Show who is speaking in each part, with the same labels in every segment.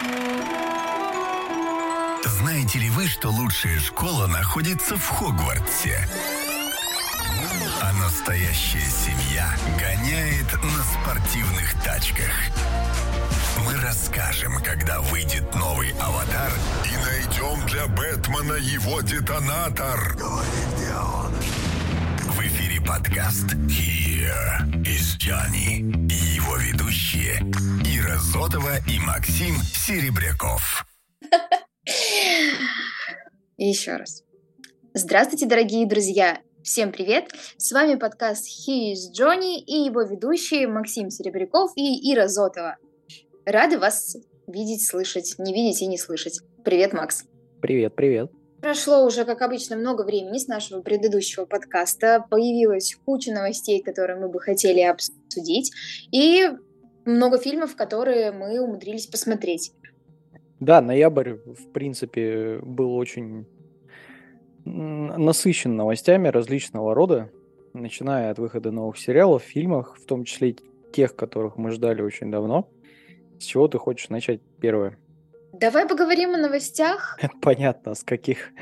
Speaker 1: Знаете ли вы, что лучшая школа находится в Хогвартсе? А настоящая семья гоняет на спортивных тачках. Мы расскажем, когда выйдет новый «Аватар», и найдем для Бэтмена его детонатор. Говори, где он. В эфире подкаст «Here is Johnny» и его ведущие Ира Зотова и Максим Серебряков.
Speaker 2: И еще раз. Здравствуйте, дорогие друзья! Всем привет! С вами подкаст «Here is Johnny» и его ведущие Максим Серебряков и Ира Зотова. Рады вас видеть, слышать, не видеть и не слышать. Привет, Макс.
Speaker 3: Привет, привет.
Speaker 2: Прошло уже, как обычно, много времени с нашего предыдущего подкаста. Появилась куча новостей, которые мы бы хотели обсудить. И много фильмов, которые мы умудрились посмотреть.
Speaker 3: Да, ноябрь, в принципе, был очень насыщен новостями различного рода, начиная от выхода новых сериалов, фильмов, в том числе тех, которых мы ждали очень давно. С чего ты хочешь начать первое?
Speaker 2: Давай поговорим о новостях.
Speaker 3: Понятно, с каких.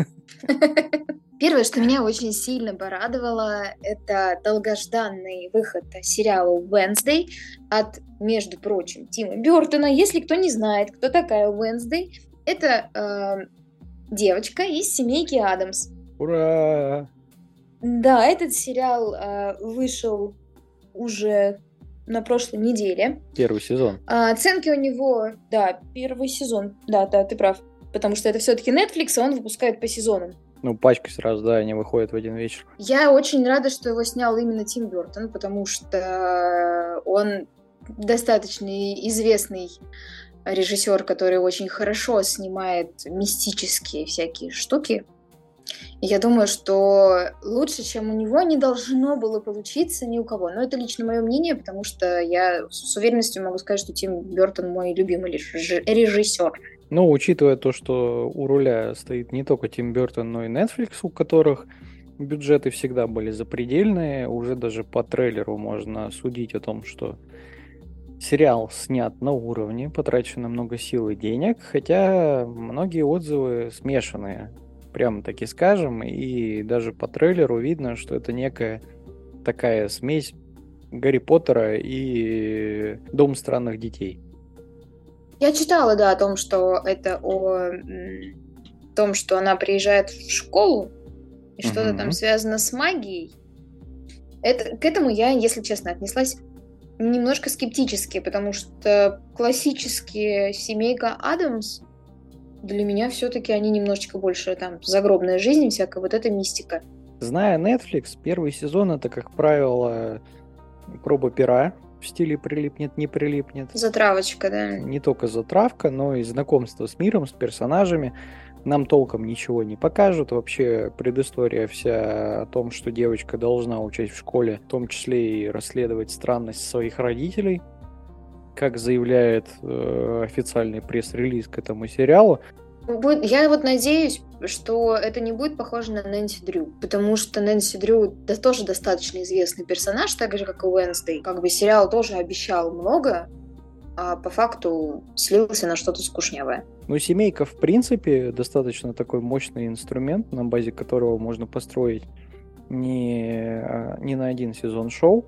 Speaker 2: Первое, что меня очень сильно порадовало, это долгожданный выход сериала «Wednesday» от, между прочим, Тима Бёртона. Если кто не знает, кто такая Wednesday, это девочка из семейки Адамс.
Speaker 3: Ура!
Speaker 2: Да, этот сериал вышел уже на прошлой неделе.
Speaker 3: Первый сезон.
Speaker 2: Оценки у него, да, первый сезон. Да, ты прав. Потому что это все-таки Netflix, и он выпускает по сезонам.
Speaker 3: Ну, пачкой сразу, да, они выходят в один вечер.
Speaker 2: Я очень рада, что его снял именно Тим Бёртон, потому что он достаточно известный режиссер, который очень хорошо снимает мистические всякие штуки. И я думаю, что лучше, чем у него, не должно было получиться ни у кого. Но это лично мое мнение, потому что я с уверенностью могу сказать, что Тим Бёртон мой любимый режиссер.
Speaker 3: Ну, учитывая то, что у руля стоит не только Тим Бёртон, но и Netflix, у которых бюджеты всегда были запредельные, уже даже по трейлеру можно судить о том, что сериал снят на уровне, потрачено много сил и денег, хотя многие отзывы смешанные, прямо таки скажем, и даже по трейлеру видно, что это некая такая смесь Гарри Поттера и Дом странных детей.
Speaker 2: Я читала, да, о том, что это о том, что она приезжает в школу, и что-то там связано с магией. К этому я, если честно, отнеслась немножко скептически, потому что классические семейка Адамс для меня все-таки они немножечко больше там загробная жизнь, всякая вот эта мистика.
Speaker 3: Зная Netflix, первый сезон это, как правило, проба пера в стиле прилипнет, не прилипнет.
Speaker 2: Затравочка, да.
Speaker 3: Не только затравка, но и знакомство с миром, с персонажами. Нам толком ничего не покажут. Вообще предыстория вся о том, что девочка должна учить в школе, в том числе и расследовать странность своих родителей, как заявляет официальный пресс-релиз к этому сериалу.
Speaker 2: Я вот надеюсь, что это не будет похоже на Нэнси Дрю, потому что Нэнси Дрю тоже достаточно известный персонаж, так же, как и Уэнсдей. Как бы сериал тоже обещал много, а по факту слился на что-то скучнявое.
Speaker 3: Ну, семейка, в принципе, достаточно такой мощный инструмент, на базе которого можно построить не на один сезон шоу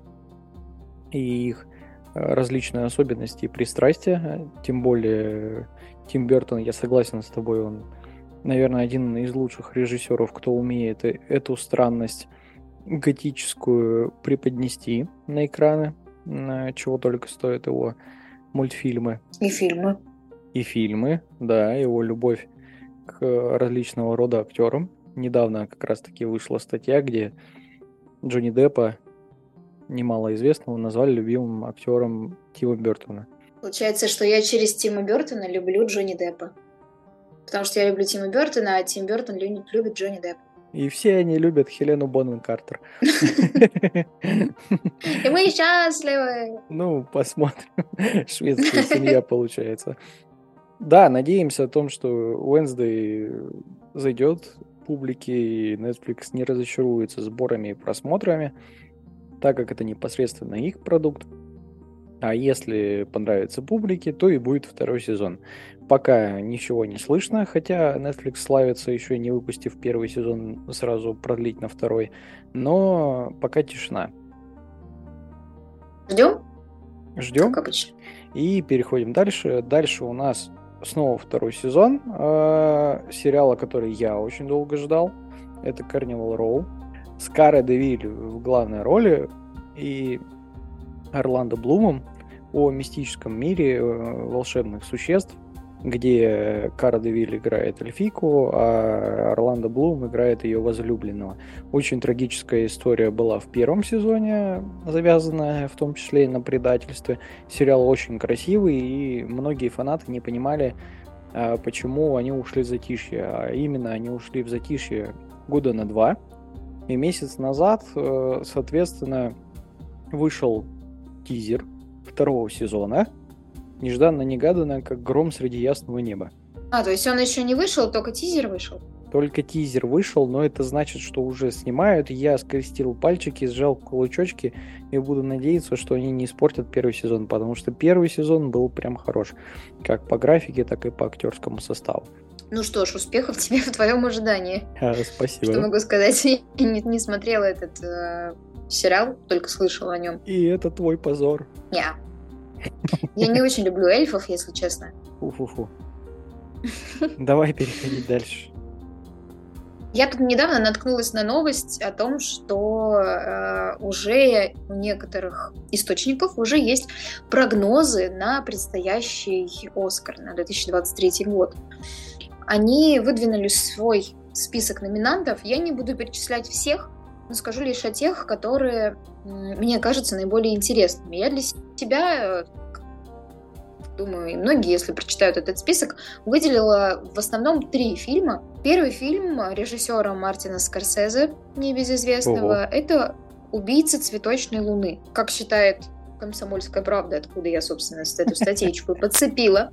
Speaker 3: и их различные особенности и пристрастия. Тем более Тим Бёртон, я согласен с тобой, он, наверное, один из лучших режиссеров, кто умеет эту странность готическую преподнести на экраны, чего только стоят его мультфильмы.
Speaker 2: И фильмы.
Speaker 3: И фильмы, да, его любовь к различного рода актерам. Недавно как раз-таки вышла статья, где Джонни Деппа, немало известного, назвали любимым актером Тима Бёртона.
Speaker 2: Получается, что я через Тима Бёртона люблю Джонни Деппа. Потому что я люблю Тима Бёртона, а Тим Бёртон любит Джонни Деппа.
Speaker 3: И все они любят Хелену Бонем Картер.
Speaker 2: И мы счастливы!
Speaker 3: Ну, посмотрим. Шведская семья получается. Да, надеемся о том, что Wednesday зайдет публике, и Netflix не разочаруется сборами и просмотрами, так как это непосредственно их продукт. А если понравится публике, то и будет второй сезон. Пока ничего не слышно, хотя Netflix славится еще не выпустив первый сезон, сразу продлить на второй. Но пока тишина.
Speaker 2: Ждем?
Speaker 3: Ждем.
Speaker 2: Как обычно.
Speaker 3: И переходим дальше. Дальше у нас снова второй сезон сериала, который я очень долго ждал. Это Carnival Row. С Карой Девиль в главной роли и Орландо Блумом о мистическом мире волшебных существ, где Кара Девиль играет эльфийку, а Орландо Блум играет ее возлюбленного. Очень трагическая история была в первом сезоне, завязанная в том числе и на предательстве. Сериал очень красивый, и многие фанаты не понимали, почему они ушли в затишье. А именно они ушли в затишье года на 2. И месяц назад, соответственно, вышел тизер второго сезона. Нежданно-негаданно, как гром среди ясного неба.
Speaker 2: То есть он еще не вышел, только тизер вышел?
Speaker 3: Только тизер вышел, но это значит, что уже снимают. Я скрестил пальчики, сжал кулачочки и буду надеяться, что они не испортят первый сезон, потому что первый сезон был прям хорош. Как по графике, так и по актерскому составу.
Speaker 2: Ну что ж, успехов тебе в твоем ожидании.
Speaker 3: Спасибо.
Speaker 2: Что могу сказать? Я не смотрела этот сериал, только слышала о нем.
Speaker 3: И это твой позор.
Speaker 2: Я не очень люблю эльфов, если честно.
Speaker 3: Фу-фу-фу. Давай переходить дальше.
Speaker 2: Я тут недавно наткнулась на новость о том, что уже у некоторых источников уже есть прогнозы на предстоящий «Оскар» на 2023 год. Они выдвинули свой список номинантов. Я не буду перечислять всех, но скажу лишь о тех, которые мне кажутся наиболее интересными. Я для себя, думаю, и многие, если прочитают этот список, выделила в основном 3 фильма. Первый фильм режиссера Мартина Скорсезе, небезызвестного, это «Убийца цветочной луны». Как считает «Комсомольская правда», откуда я, собственно, эту статейку подцепила.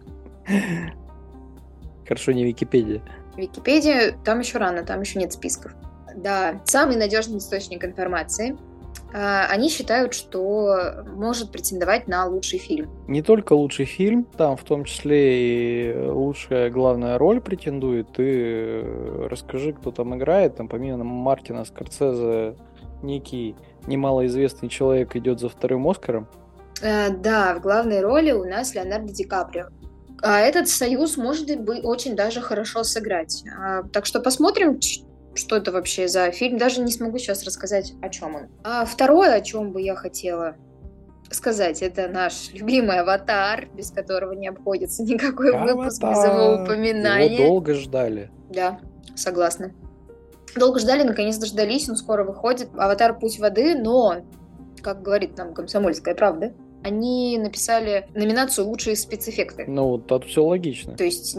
Speaker 3: Хорошо, не Википедия.
Speaker 2: Википедия, там еще рано, там еще нет списков. Да, самый надежный источник информации. Они считают, что может претендовать на лучший фильм.
Speaker 3: Не только лучший фильм, там в том числе и лучшая главная роль претендует. Ты расскажи, кто там играет. Там помимо Мартина Скорсезе некий немалоизвестный человек идет за вторым Оскаром.
Speaker 2: Да, в главной роли у нас Леонардо Ди Каприо. А этот союз может быть очень даже хорошо сыграть. Так что посмотрим, что это вообще за фильм. Даже не смогу сейчас рассказать, о чем он. А второе, о чем бы я хотела сказать, это наш любимый «Аватар», без которого не обходится никакой выпуск без его упоминания.
Speaker 3: Его долго ждали.
Speaker 2: Да, согласна. Долго ждали, наконец дождались, он скоро выходит. «Аватар. Путь воды», но, как говорит нам «Комсомольская правда», они написали номинацию «Лучшие спецэффекты».
Speaker 3: Ну, тут все логично.
Speaker 2: То есть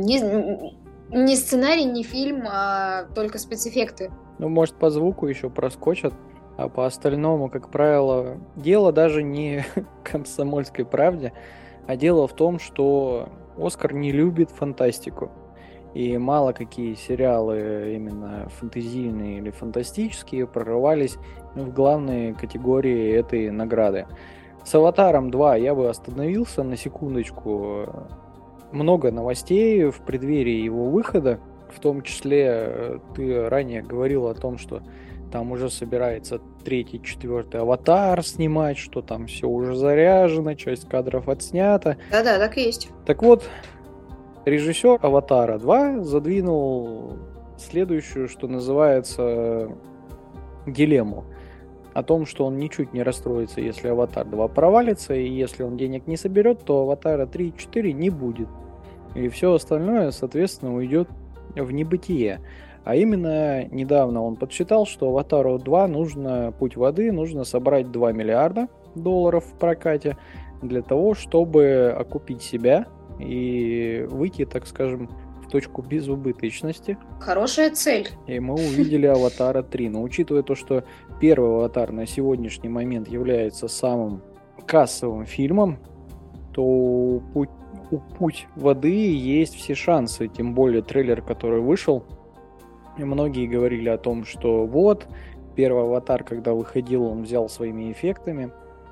Speaker 2: не сценарий, не фильм, а только спецэффекты.
Speaker 3: Ну, может, по звуку еще проскочат, а по остальному, как правило, дело даже не в «Комсомольской правде», а дело в том, что Оскар не любит фантастику. И мало какие сериалы именно фэнтезийные или фантастические прорывались в главные категории этой награды. С «Аватаром 2» я бы остановился на секундочку. Много новостей в преддверии его выхода. В том числе ты ранее говорил о том, что там уже собирается 3-й, 4-й «Аватар» снимать, что там все уже заряжено, часть кадров отснята.
Speaker 2: Да-да, так и есть.
Speaker 3: Так вот, режиссер «Аватара 2» задвинул следующую, что называется, дилемму. О том, что он ничуть не расстроится, если «Аватар 2» провалится, и если он денег не соберет, то «Аватара 3» и 4 не будет. И все остальное, соответственно, уйдет в небытие. А именно, недавно он подсчитал, что «Аватару 2» нужно, «Путь воды», нужно собрать $2 миллиарда в прокате для того, чтобы окупить себя и выйти, так скажем, в точку безубыточности.
Speaker 2: Хорошая цель. И
Speaker 3: мы увидели «Аватара 3». Но учитывая то, что первый «Аватар» на сегодняшний момент является самым кассовым фильмом, то у «Путь воды» есть все шансы. Тем более трейлер, который вышел, и многие говорили о том, что вот, первый «Аватар», когда выходил, он взял своими эффектами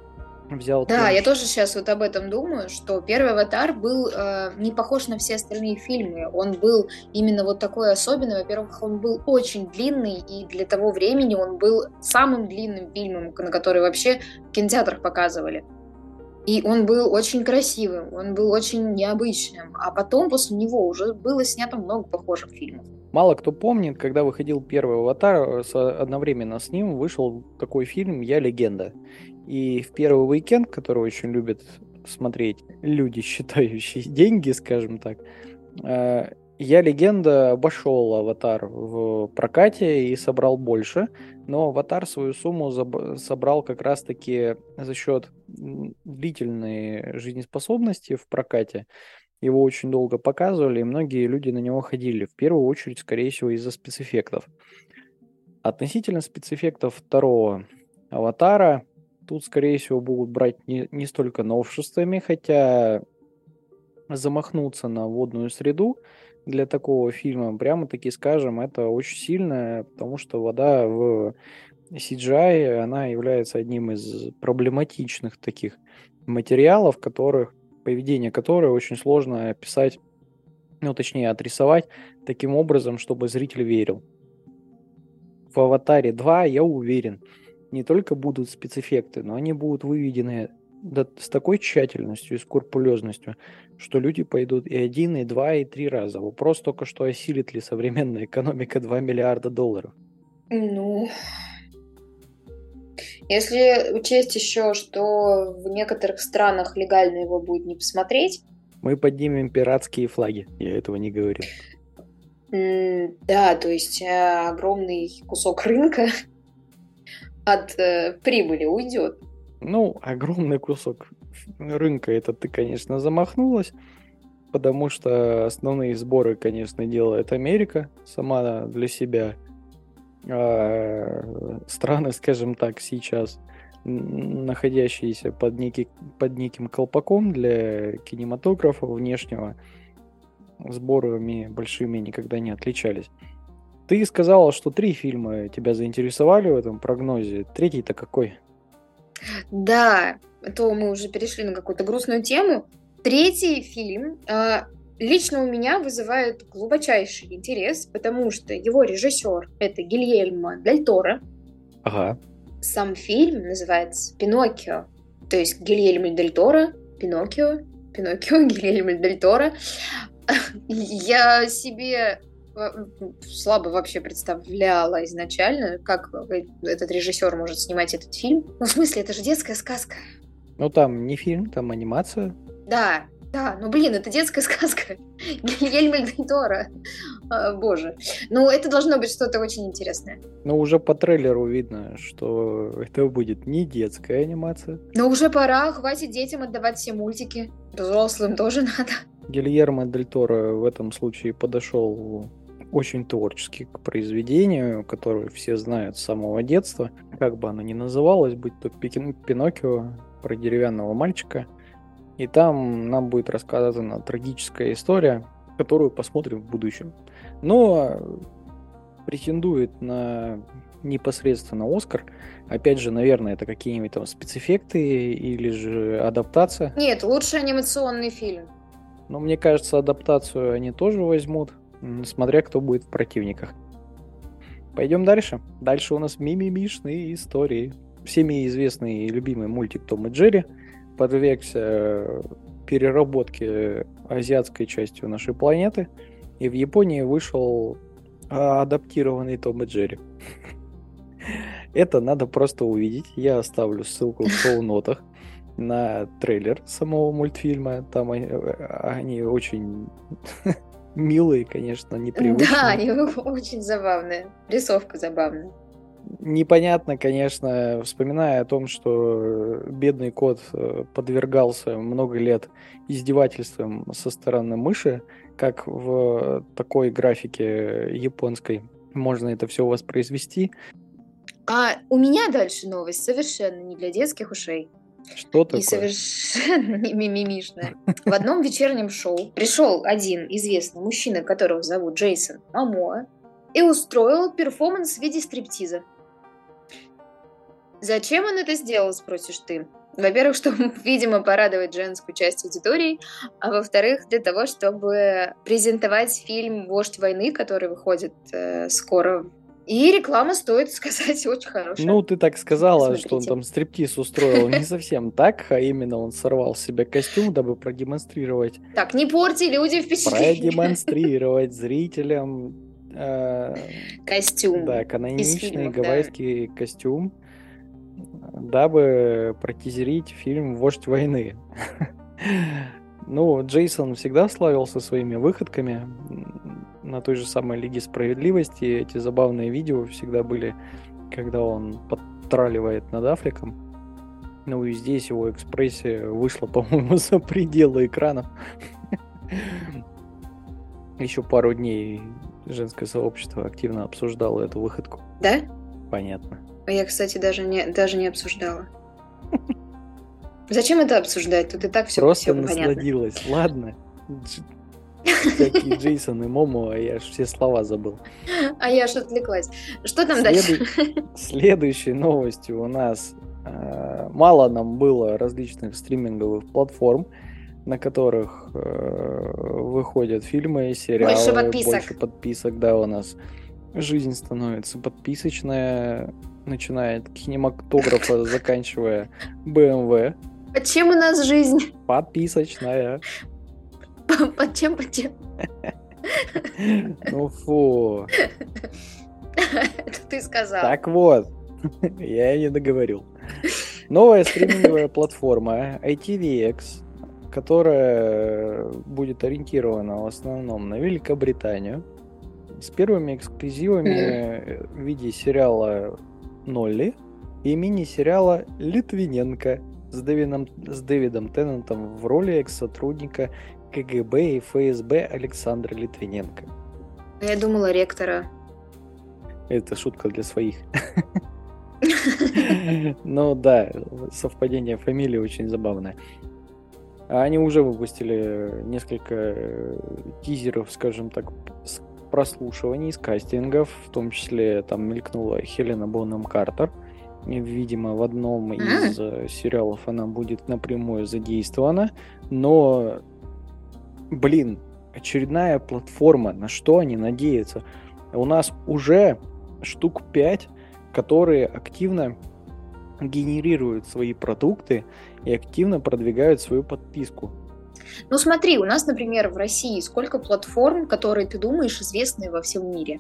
Speaker 3: взял
Speaker 2: Да,
Speaker 3: тем,
Speaker 2: я тоже сейчас вот об этом думаю, что первый «Аватар» был не похож на все остальные фильмы. Он был именно вот такой особенный. Во-первых, он был очень длинный, и для того времени он был самым длинным фильмом, на который вообще в кинотеатрах показывали. И он был очень красивым, он был очень необычным. А потом, после него, уже было снято много похожих фильмов.
Speaker 3: мало кто помнит, когда выходил первый «Аватар», одновременно с ним вышел такой фильм «Я легенда». И в первый уикенд, который очень любят смотреть люди, считающие деньги, скажем так, «Я легенда» обошел «Аватар» в прокате и собрал больше, но «Аватар» свою сумму собрал как раз-таки за счет длительной жизнеспособности в прокате. Его очень долго показывали, и многие люди на него ходили. В первую очередь, скорее всего, из-за спецэффектов. Относительно спецэффектов второго «Аватара», тут, скорее всего, будут брать не столько новшествами, хотя замахнуться на водную среду для такого фильма, прямо-таки скажем, это очень сильно, потому что вода в CGI, она является одним из проблематичных таких материалов, поведение которое очень сложно описать, ну, точнее, отрисовать таким образом, чтобы зритель верил. В «Аватаре 2», я уверен, не только будут спецэффекты, но они будут выведены с такой тщательностью и скрупулезностью, что люди пойдут и 1, и 2, и 3 раза. Вопрос только, что осилит ли современная экономика $2 миллиарда.
Speaker 2: Ну, если учесть еще, что в некоторых странах легально его будет не посмотреть.
Speaker 3: Мы поднимем пиратские флаги, я этого не говорил.
Speaker 2: Да, то есть огромный кусок рынка от прибыли уйдет.
Speaker 3: Ну, огромный кусок рынка, это ты, конечно, замахнулась, потому что основные сборы, конечно, делает Америка сама для себя. Страны, скажем так, сейчас находящиеся под неким колпаком для кинематографа внешнего, сборами большими никогда не отличались. Ты сказала, что 3 фильма тебя заинтересовали в этом прогнозе. Третий-то какой?
Speaker 2: Да, то мы уже перешли на какую-то грустную тему. Третий фильм лично у меня вызывает глубочайший интерес, потому что его режиссер — это Гильермо Дель Торо.
Speaker 3: Ага.
Speaker 2: Сам фильм называется «Пиноккио». То есть Гильермо Дель Торо, Пиноккио, Гильермо Дель Торо. Я себе слабо вообще представляла изначально, как этот режиссер может снимать этот фильм. Ну, в смысле, это же детская сказка.
Speaker 3: Ну, там не фильм, там анимация.
Speaker 2: Да, ну, блин, это детская сказка. Гильермо Дель Торо. Боже. Ну, это должно быть что-то очень интересное.
Speaker 3: Но уже по трейлеру видно, что это будет не детская анимация.
Speaker 2: Но уже пора, хватит детям отдавать все мультики. Взрослым тоже надо.
Speaker 3: Гильермо Дель Торо в этом случае подошел очень творчески к произведению, которое все знают с самого детства. Как бы оно ни называлось, будь то Пиноккио, про деревянного мальчика. И там нам будет рассказана трагическая история, которую посмотрим в будущем. Но претендует на непосредственно Оскар. Опять же, наверное, это какие-нибудь там спецэффекты или же адаптация.
Speaker 2: Нет, лучший анимационный фильм.
Speaker 3: Но мне кажется, адаптацию они тоже возьмут, смотря кто будет в противниках. Пойдем дальше. Дальше у нас мимимишные истории. Всеми известный и любимый мультик «Том и Джерри» подвергся переработке азиатской частью нашей планеты. И в Японии вышел адаптированный «Том и Джерри». Это надо просто увидеть. Я оставлю ссылку в шоу-нотах на трейлер самого мультфильма. Там они очень милые, конечно, непривычные.
Speaker 2: Да, они очень забавные. Рисовка забавная.
Speaker 3: Непонятно, конечно, вспоминая о том, что бедный кот подвергался много лет издевательствам со стороны мыши, как в такой графике японской можно это все воспроизвести.
Speaker 2: А у меня дальше новость совершенно не для детских ушей.
Speaker 3: Что такое?
Speaker 2: И совершенно не мимимишная. В одном вечернем шоу пришел один известный мужчина, которого зовут Джейсон Момоа, и устроил перформанс в виде стриптиза. Зачем он это сделал, спросишь ты? Во-первых, чтобы, видимо, порадовать женскую часть аудитории, а во-вторых, для того, чтобы презентовать фильм «Вождь войны», который выходит скоро. И реклама, стоит сказать, очень хорошая.
Speaker 3: Ну, ты так сказала,
Speaker 2: Посмотрите.
Speaker 3: что он там стриптиз устроил. Не совсем так, а именно он сорвал с себя костюм, дабы продемонстрировать.
Speaker 2: Так, не порти люди впечатление.
Speaker 3: Продемонстрировать зрителям
Speaker 2: Костюм.
Speaker 3: да, каноничный гавайский костюм, дабы протизерить фильм «Вождь войны». Ну, Джейсон всегда славился своими выходками. На той же самой Лиге Справедливости эти забавные видео всегда были, когда он подтраливает над Аффлеком. Ну и здесь его экспрессия вышла, по-моему, за пределы экранов. Еще пару дней женское сообщество активно обсуждало эту выходку.
Speaker 2: Да?
Speaker 3: Понятно.
Speaker 2: А я, кстати, даже не обсуждала. Зачем это обсуждать? Тут и так все
Speaker 3: просто
Speaker 2: понятно.
Speaker 3: Насладилась. Ладно. Всякие Джейсон и Момо, а я аж все слова забыл.
Speaker 2: А я аж отвлеклась. Что там дальше?
Speaker 3: Следующей новостью у нас мало нам было различных стриминговых платформ, на которых выходят фильмы, сериалы, больше подписок. Да, у нас жизнь становится подписочная, начиная от кинематографа, заканчивая BMW.
Speaker 2: Под чем у нас жизнь?
Speaker 3: Подписочная.
Speaker 2: Под чем?
Speaker 3: Ну фу.
Speaker 2: Это ты сказал.
Speaker 3: Так вот, я не договорил. Новая стриминговая платформа ITVX, которая будет ориентирована в основном на Великобританию, с первыми эксклюзивами в виде сериала «Нолли» и мини-сериала «Литвиненко» с Дэвидом Теннантом в роли экс-сотрудника КГБ и ФСБ Александра Литвиненко.
Speaker 2: Я думала, ректора.
Speaker 3: Это шутка для своих. Ну да, совпадение фамилии очень забавное. Они уже выпустили несколько тизеров, скажем так, с прослушиваний, с кастингов, в том числе там мелькнула Хелена Бонем Картер. Видимо, в одном из сериалов она будет напрямую задействована. Но, блин, очередная платформа, на что они надеются? У нас уже штук 5, которые активно генерируют свои продукты и активно продвигают свою подписку.
Speaker 2: Ну смотри, у нас, например, в России сколько платформ, которые, ты думаешь, известны во всем мире?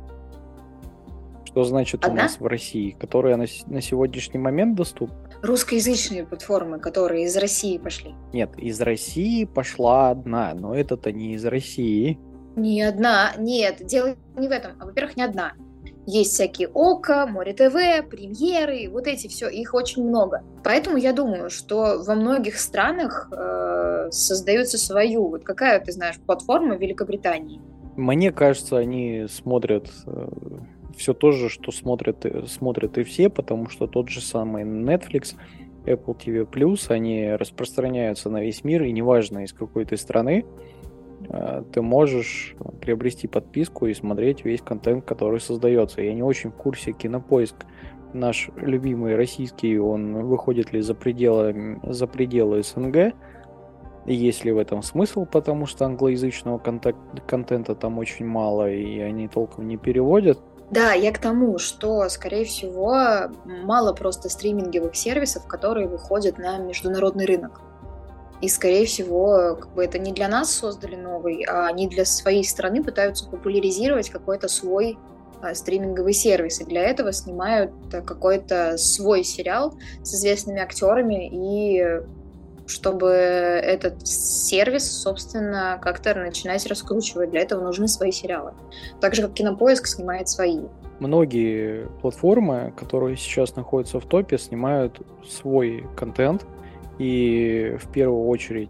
Speaker 3: Что значит у нас в России? Которые на сегодняшний момент доступны?
Speaker 2: Русскоязычные платформы, которые из России пошли.
Speaker 3: Нет, из России пошла одна, но это-то не из России.
Speaker 2: Не одна, нет, дело не в этом. Во-первых, не одна. Есть всякие ОКО, Море ТВ, премьеры, вот эти все, их очень много. Поэтому я думаю, что во многих странах создается свою. Вот какая, ты знаешь, платформа в Великобритании?
Speaker 3: Мне кажется, они смотрят все то же, что смотрят и все, потому что тот же самый Netflix, Apple TV+, они распространяются на весь мир, и неважно, из какой ты страны, ты можешь приобрести подписку и смотреть весь контент, который создается. Я не очень в курсе, Кинопоиск наш любимый российский, он выходит ли за пределы СНГ, и есть ли в этом смысл, потому что англоязычного контента там очень мало, и они толком не переводят.
Speaker 2: Да, я к тому, что, скорее всего, мало просто стриминговых сервисов, которые выходят на международный рынок. И, скорее всего, это не для нас создали новый, а они для своей страны пытаются популяризировать какой-то свой стриминговый сервис. И для этого снимают какой-то свой сериал с известными актерами, и чтобы этот сервис, собственно, как-то начинать раскручивать. Для этого нужны свои сериалы. Так же, как Кинопоиск снимает свои.
Speaker 3: Многие платформы, которые сейчас находятся в топе, снимают свой контент. И в первую очередь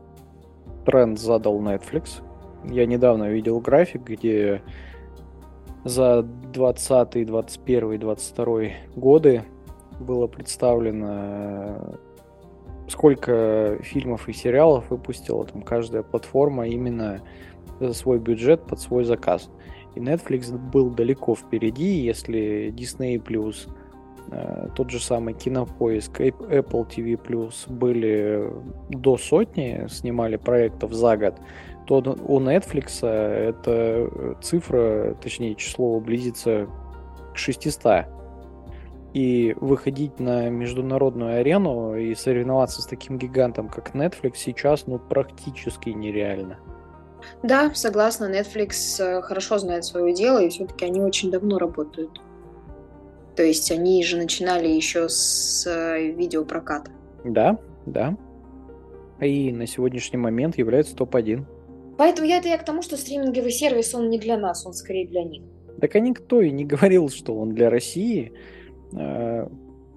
Speaker 3: тренд задал Netflix. Я недавно видел график, где за 20, 21, 22 годы было представлено, сколько фильмов и сериалов выпустила там каждая платформа именно за свой бюджет под свой заказ. И Netflix был далеко впереди, если Disney+, тот же самый Кинопоиск, Apple TV+, были до сотни, снимали проектов за год, то у Netflix эта цифра, точнее число, близится к 600. И выходить на международную арену и соревноваться с таким гигантом, как Netflix, сейчас практически нереально.
Speaker 2: Да, согласна, Netflix хорошо знает свое дело, и все-таки они очень давно работают. То есть они же начинали еще с видеопроката.
Speaker 3: Да. И на сегодняшний момент является топ-1.
Speaker 2: Поэтому я к тому, что стриминговый сервис, он не для нас, он скорее для них.
Speaker 3: Так а никто и не говорил, что он для России.
Speaker 2: Нет,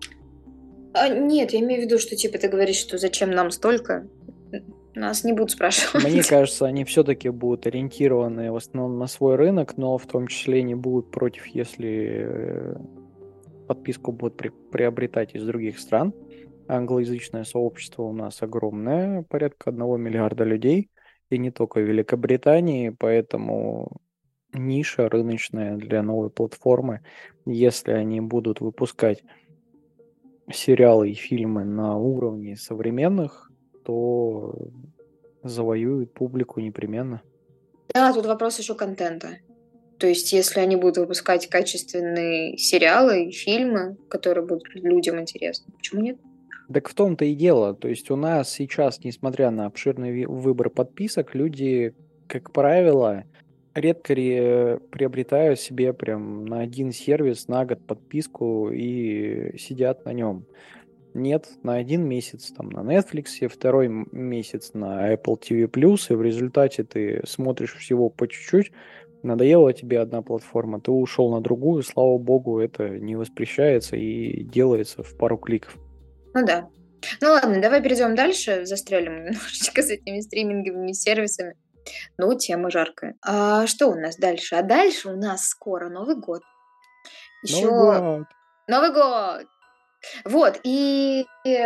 Speaker 2: я имею в виду, что ты говоришь, что зачем нам столько. Нас не будут спрашивать.
Speaker 3: Мне кажется, они все-таки будут ориентированы в основном на свой рынок, но в том числе не будут против, если подписку будут приобретать из других стран. Англоязычное сообщество у нас огромное, порядка 1 миллиарда людей, и не только в Великобритании, поэтому ниша рыночная для новой платформы. Если они будут выпускать сериалы и фильмы на уровне современных, то завоюют публику непременно.
Speaker 2: Да, тут вопрос еще контента. То есть, если они будут выпускать качественные сериалы и фильмы, которые будут людям интересны, почему нет?
Speaker 3: Так в том-то и дело. То есть у нас сейчас, несмотря на обширный выбор подписок, люди, как правило, редко приобретают себе прям на один сервис на год подписку и сидят на нем. Нет, на 1 месяц там на Netflix, второй месяц на Apple TV+, и в результате ты смотришь всего по чуть-чуть, надоела тебе одна платформа, ты ушел на другую, слава богу, это не воспрещается и делается в пару кликов.
Speaker 2: Ну да. Ну ладно, давай перейдем дальше, застрелим немножечко с этими стриминговыми сервисами. Тема жаркая. А что у нас дальше? А дальше у нас скоро Новый год. Новый год! Вот, и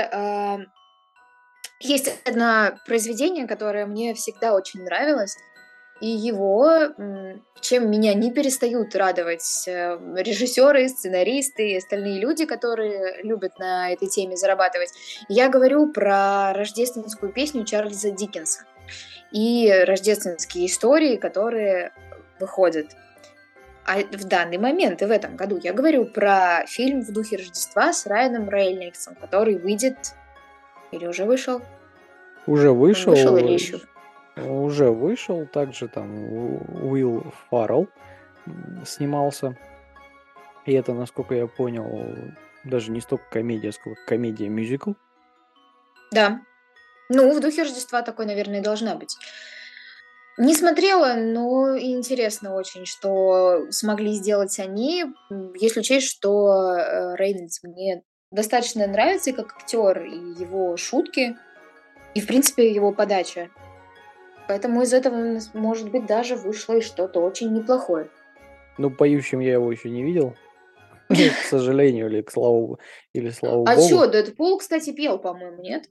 Speaker 2: есть одно произведение, которое мне всегда очень нравилось, и его, чем меня не перестают радовать режиссеры, сценаристы и остальные люди, которые любят на этой теме зарабатывать. Я говорю про рождественскую песню Чарльза Диккенса и рождественские истории, которые выходят. А в данный момент и в этом году я говорю про фильм «В духе Рождества» с Райаном Рейнольдсом, который выйдет... Или уже вышел?
Speaker 3: Уже вышел.
Speaker 2: Вышел или еще?
Speaker 3: Уже вышел. Также там Уилл Фаррелл снимался. И это, насколько я понял, даже не столько комедия, сколько комедия-мюзикл.
Speaker 2: Да. «В духе Рождества» такой, наверное, и должна быть. Не смотрела, но интересно очень, что смогли сделать они, если учесть, что Рейнольдс мне достаточно нравится и как актер, и его шутки, и, в принципе, его подача. Поэтому из этого, может быть, даже вышло и что-то очень неплохое.
Speaker 3: Поющим я его еще не видел, к сожалению, или слава богу.
Speaker 2: А что, Дэдпул, кстати, пел, по-моему, нет?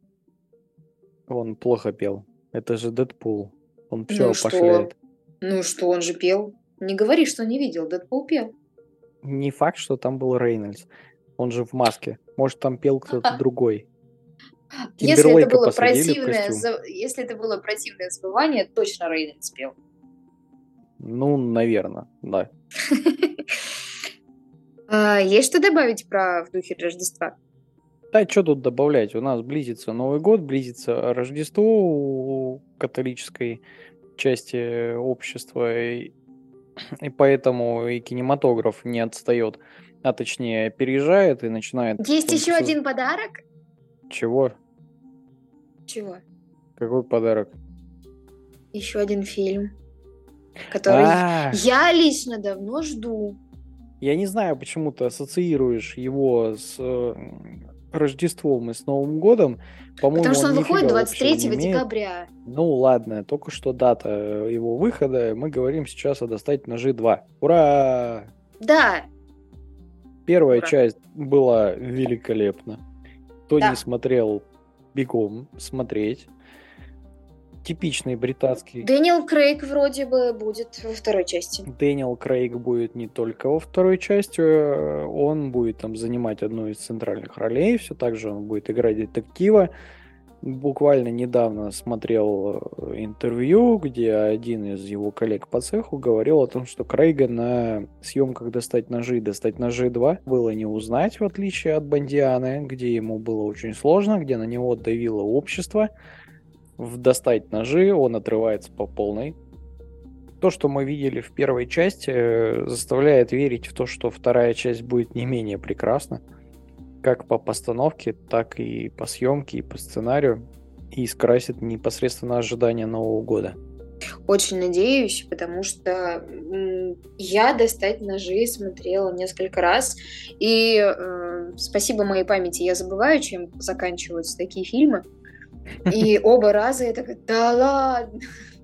Speaker 3: Он плохо пел. Это же Дэдпул. Он все опошляет.
Speaker 2: Что, он же пел. Не говори, что не видел, Дэдпул пел.
Speaker 3: Не факт, что там был Рейнольдс. Он же в маске. Может, там пел кто-то другой.
Speaker 2: Если это было противное забывание, точно Рейнольдс пел.
Speaker 3: Наверное, да.
Speaker 2: Есть что добавить про «В духе Рождества»?
Speaker 3: Да, что тут добавлять? У нас близится Новый год, близится Рождество у католической части общества, и поэтому и кинематограф не отстает, а точнее опережает и начинает...
Speaker 2: Есть еще один подарок?
Speaker 3: Чего?
Speaker 2: Чего?
Speaker 3: Какой подарок?
Speaker 2: Еще один фильм, который я лично давно жду.
Speaker 3: Я не знаю, почему ты ассоциируешь его с Рождеством и с Новым годом. По-моему,
Speaker 2: потому что он выходит 23
Speaker 3: декабря. Ладно, только что дата его выхода. Мы говорим сейчас о «Достать ножи 2». Ура!
Speaker 2: Да!
Speaker 3: Первая часть была великолепна. Кто не смотрел, бегом смотреть. типичный британский...
Speaker 2: Дэниел Крейг вроде бы будет во второй части.
Speaker 3: Дэниел Крейг будет не только во второй части, он будет там занимать одну из центральных ролей, все так же он будет играть детектива. Буквально недавно смотрел интервью, где один из его коллег по цеху говорил о том, что Крейга на съемках «Достать ножи» и «Достать ножи 2» было не узнать, в отличие от Бондианы, где ему было очень сложно, где на него давило общество. В «Достать ножи» он отрывается по полной. То, что мы видели в первой части, заставляет верить в то, что вторая часть будет не менее прекрасна. Как по постановке, так и по съемке, и по сценарию. И скрасит непосредственно ожидания Нового года.
Speaker 2: Очень надеюсь, потому что я «Достать ножи» смотрела несколько раз. И спасибо моей памяти, я забываю, чем заканчиваются такие фильмы. И оба раза я такая: да ладно!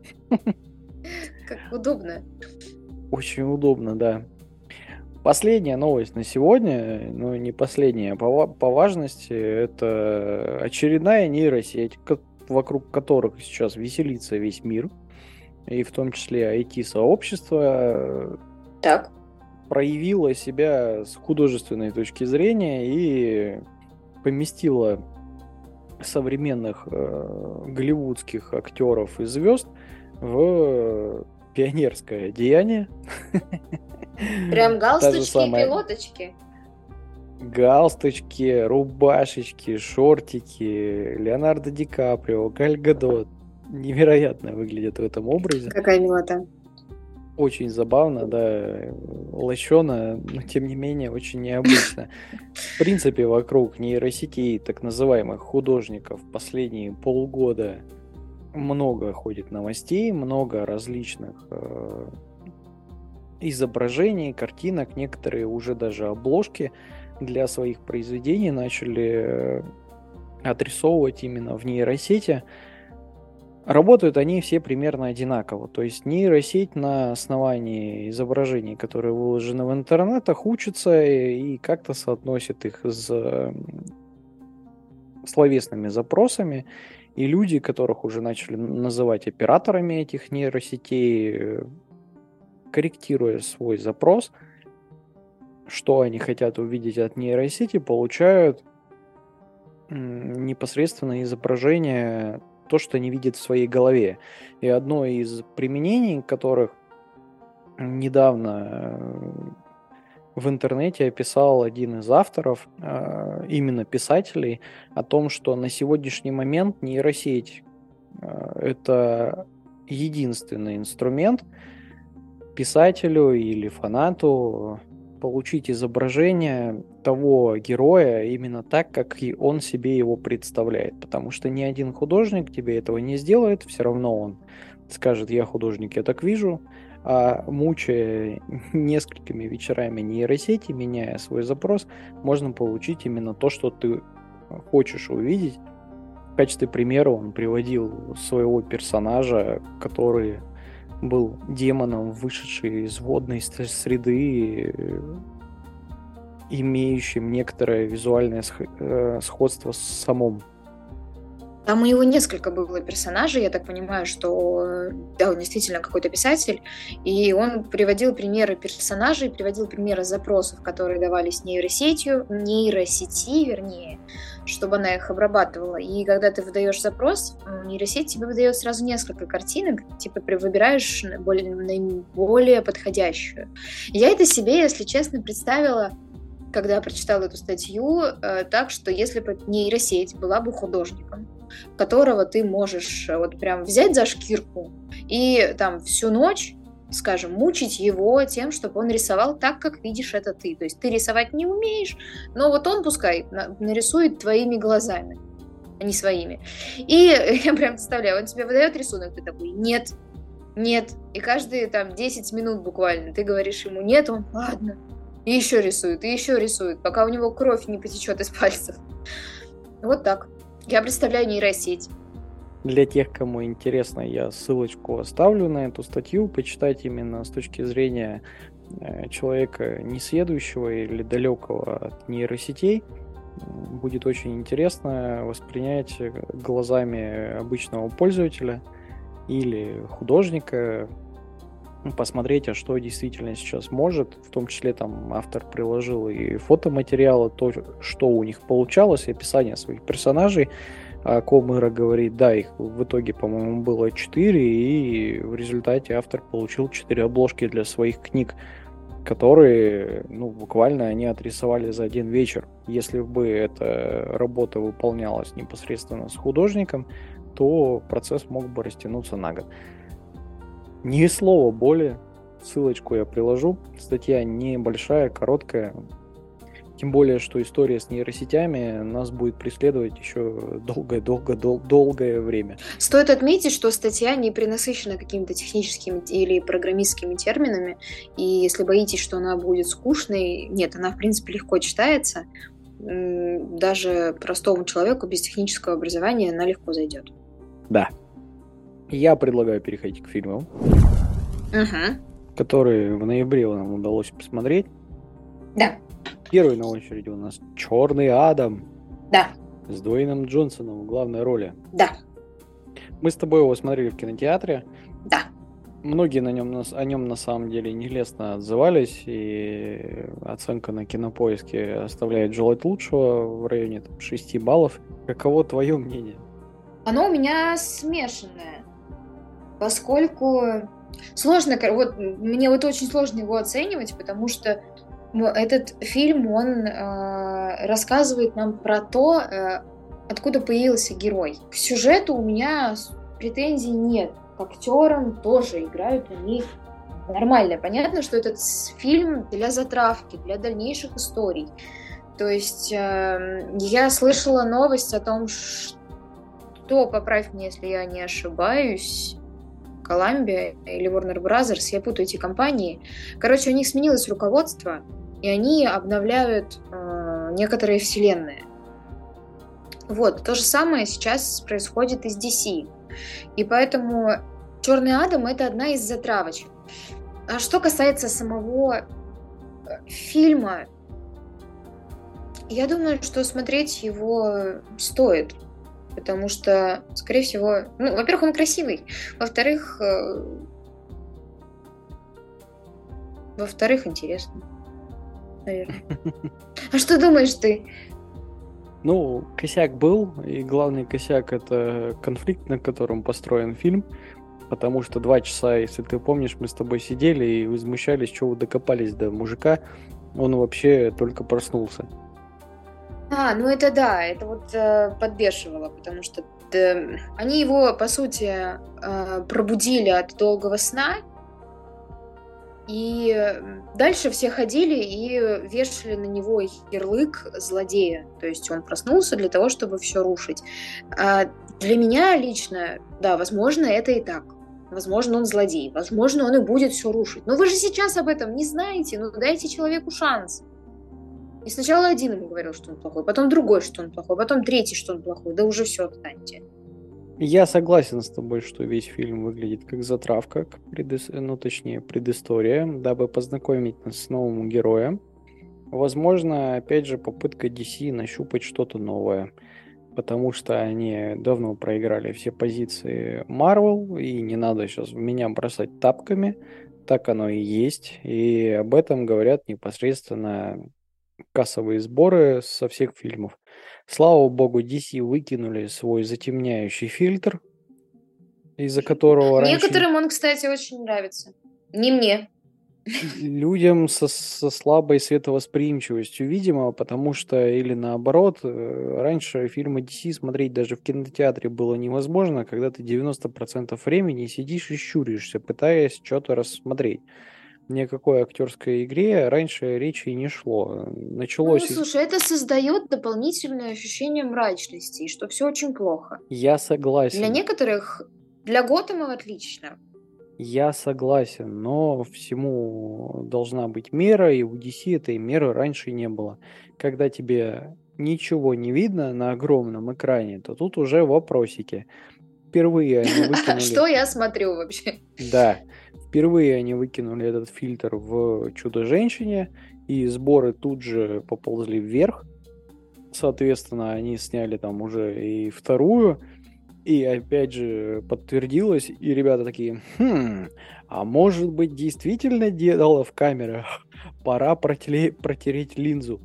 Speaker 2: Как удобно.
Speaker 3: Очень удобно, да. Последняя новость на сегодня, но не последняя по важности, это очередная нейросеть, вокруг которых сейчас веселится весь мир, и в том числе IT-сообщество,
Speaker 2: Так.
Speaker 3: проявила себя с художественной точки зрения и поместила современных голливудских актеров и звезд в пионерское деяние.
Speaker 2: Прям галстучки и пилоточки.
Speaker 3: Галстучки, рубашечки, шортики, Леонардо Ди Каприо, Галь Гадот. Невероятно выглядят в этом образе.
Speaker 2: Какая милота.
Speaker 3: Очень забавно, да, лощено, но тем не менее очень необычно. В принципе, вокруг нейросетей, так называемых художников, последние полгода много ходит новостей, много различных изображений, картинок, некоторые уже даже обложки для своих произведений начали отрисовывать именно в нейросети. Работают они все примерно одинаково, то есть нейросеть на основании изображений, которые выложены в интернетах, учится и как-то соотносит их с словесными запросами, и люди, которых уже начали называть операторами этих нейросетей, корректируя свой запрос, что они хотят увидеть от нейросети, получают непосредственно изображение, то, что они видят в своей голове. И одно из применений, которых недавно в интернете описал один из авторов, именно писателей, о том, что на сегодняшний момент нейросеть это единственный инструмент писателю или фанату получить изображение того героя именно так, как и он себе его представляет. Потому что ни один художник тебе этого не сделает, все равно он скажет: я художник, я так вижу. А мучая несколькими вечерами нейросети, меняя свой запрос, можно получить именно то, что ты хочешь увидеть. В качестве примера он приводил своего персонажа, который был демоном, вышедший из водной среды, имеющим некоторое визуальное сходство с самым.
Speaker 2: Там у него несколько было персонажей, я так понимаю, что да, он действительно какой-то писатель, и он приводил примеры персонажей, приводил примеры запросов, которые давались нейросети, вернее, чтобы она их обрабатывала. И когда ты выдаешь запрос, нейросеть тебе выдает сразу несколько картинок, типа выбираешь более подходящую. Я это себе, если честно, представила, когда я прочитала эту статью, так что если бы нейросеть была бы художником, которого ты можешь вот прям взять за шкирку и там всю ночь, скажем, мучить его тем, чтобы он рисовал так, как видишь это ты. То есть ты рисовать не умеешь, но вот он пускай нарисует твоими глазами, а не своими. И я прям представляю, он тебе выдает рисунок, ты такой: нет, нет. И каждые там 10 минут буквально ты говоришь ему: нет, он: ладно. И еще рисует, пока у него кровь не потечет из пальцев. Вот так. Я представляю нейросеть.
Speaker 3: Для тех, кому интересно, я ссылочку оставлю на эту статью, почитать именно с точки зрения человека несведущего или далекого от нейросетей. Будет очень интересно воспринять глазами обычного пользователя или художника, посмотреть, а что действительно сейчас может. В том числе там автор приложил и фотоматериалы, то, что у них получалось, и описание своих персонажей, о ком Ира говорит. Да, их в итоге, по-моему, было 4, и в результате автор получил 4 обложки для своих книг, которые, буквально они отрисовали за один вечер. Если бы эта работа выполнялась непосредственно с художником, то процесс мог бы растянуться на год. Ни слова более. Ссылочку я приложу. Статья небольшая, короткая. Тем более, что история с нейросетями нас будет преследовать еще долгое время.
Speaker 2: Стоит отметить, что статья не пренасыщена какими-то техническими или программистскими терминами, и если боитесь, что она будет скучной, нет, она, в принципе, легко читается. Даже простому человеку без технического образования она легко зайдет.
Speaker 3: Да. Я предлагаю переходить к фильмам, которые в ноябре нам удалось посмотреть.
Speaker 2: Да.
Speaker 3: Первый на очереди у нас «Черный Адам».
Speaker 2: Да.
Speaker 3: С Дуэйном Джонсоном в главной роли.
Speaker 2: Да.
Speaker 3: Мы с тобой его смотрели в кинотеатре.
Speaker 2: Да.
Speaker 3: Многие о нем на самом деле нелестно отзывались, и оценка на Кинопоиске оставляет желать лучшего в районе 6 баллов. Каково твое мнение?
Speaker 2: Оно у меня смешанное, поскольку сложно, мне очень сложно его оценивать, потому что этот фильм, он рассказывает нам про то, откуда появился герой. К сюжету у меня претензий нет. К актерам тоже играют они нормально. Понятно, что этот фильм для затравки, для дальнейших историй. То есть я слышала новость о том, что, поправь меня, если я не ошибаюсь, Columbia или Warner Brothers, я путаю эти компании. Короче, у них сменилось руководство, и они обновляют некоторые вселенные. Вот, то же самое сейчас происходит и с DC. И поэтому «Черный Адам» — это одна из затравочек. А что касается самого фильма, я думаю, что смотреть его стоит. Потому что, скорее всего, во-первых, он красивый. Во-вторых, интересно. Наверное. А что думаешь ты?
Speaker 3: Косяк был, и главный косяк — это конфликт, на котором построен фильм, потому что 2 часа, если ты помнишь, мы с тобой сидели и возмущались, что вы докопались до мужика, он вообще только проснулся.
Speaker 2: Это да, это вот подбешивало, потому что они его, по сути, пробудили от долгого сна, и дальше все ходили и вешали на него ярлык злодея. То есть он проснулся для того, чтобы все рушить. Для меня лично, да, возможно, это и так. Возможно, он злодей. Возможно, он и будет все рушить. Но вы же сейчас об этом не знаете. Дайте человеку шанс. И сначала один ему говорил, что он плохой, потом другой, что он плохой, потом третий, что он плохой. Да уже все, отстаньте.
Speaker 3: Я согласен с тобой, что весь фильм выглядит как затравка, предыстория, дабы познакомить нас с новым героем. Возможно, опять же, попытка DC нащупать что-то новое, потому что они давно проиграли все позиции Marvel, и не надо сейчас в меня бросать тапками, так оно и есть, и об этом говорят непосредственно кассовые сборы со всех фильмов. Слава богу, DC выкинули свой затемняющий фильтр, из-за которого
Speaker 2: Некоторым он, кстати, очень нравится. Не мне.
Speaker 3: Людям со слабой световосприимчивостью, видимо, потому что, или наоборот, раньше фильмы DC смотреть даже в кинотеатре было невозможно, когда ты 90% времени сидишь и щуришься, пытаясь что-то рассмотреть. Ни о какой актерской игре раньше речи не шло. Началось...
Speaker 2: слушай, это создает дополнительное ощущение мрачности, что все очень плохо.
Speaker 3: Я согласен.
Speaker 2: Для некоторых, для Готэма отлично.
Speaker 3: Я согласен, но всему должна быть мера, и у DC этой меры раньше не было. Когда тебе ничего не видно на огромном экране, то тут уже вопросики. Впервые они выкинули...
Speaker 2: Что я смотрю вообще?
Speaker 3: Да, впервые они выкинули этот фильтр в «Чудо-женщине», и сборы тут же поползли вверх. Соответственно, они сняли там уже и вторую. И опять же подтвердилось, и ребята такие, а может быть действительно дело в камерах? Пора протереть линзу.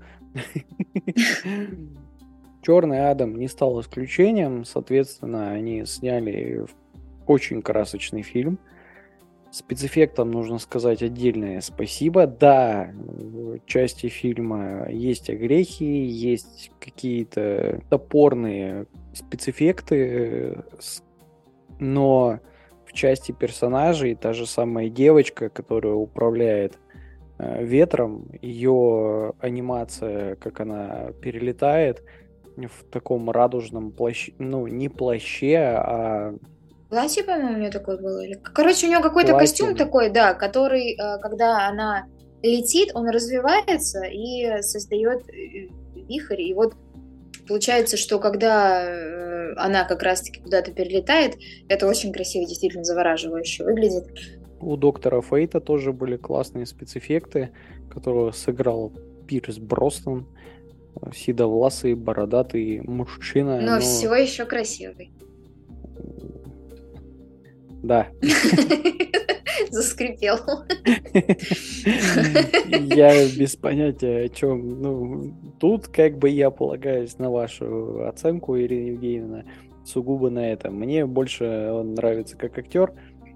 Speaker 3: Черный Адам не стал исключением, соответственно, они сняли очень красочный фильм. Спецэффектам нужно сказать отдельное спасибо. Да, в части фильма есть огрехи, есть какие-то топорные спецэффекты, но в части персонажей та же самая девочка, которая управляет ветром, ее анимация, как она перелетает в таком радужном плаще, ну не плаще, а
Speaker 2: Платье, по-моему, у нее такое было. Короче, у нее какой-то
Speaker 3: платье.
Speaker 2: костюм такой, да, который, когда она летит, он развивается и создает вихрь. И вот получается, что когда она как раз-таки куда-то перелетает, это очень красиво, действительно завораживающе выглядит.
Speaker 3: У доктора Фейта тоже были классные спецэффекты, которого сыграл Пирс Броснан, седовласый, бородатый мужчина.
Speaker 2: Но все еще красивый.
Speaker 3: Да.
Speaker 2: Заскрипел.
Speaker 3: Я без понятия о чем. Ну, тут как бы я полагаюсь на вашу оценку, Ирина Евгеньевна, сугубо на это. Мне больше он нравится как актер.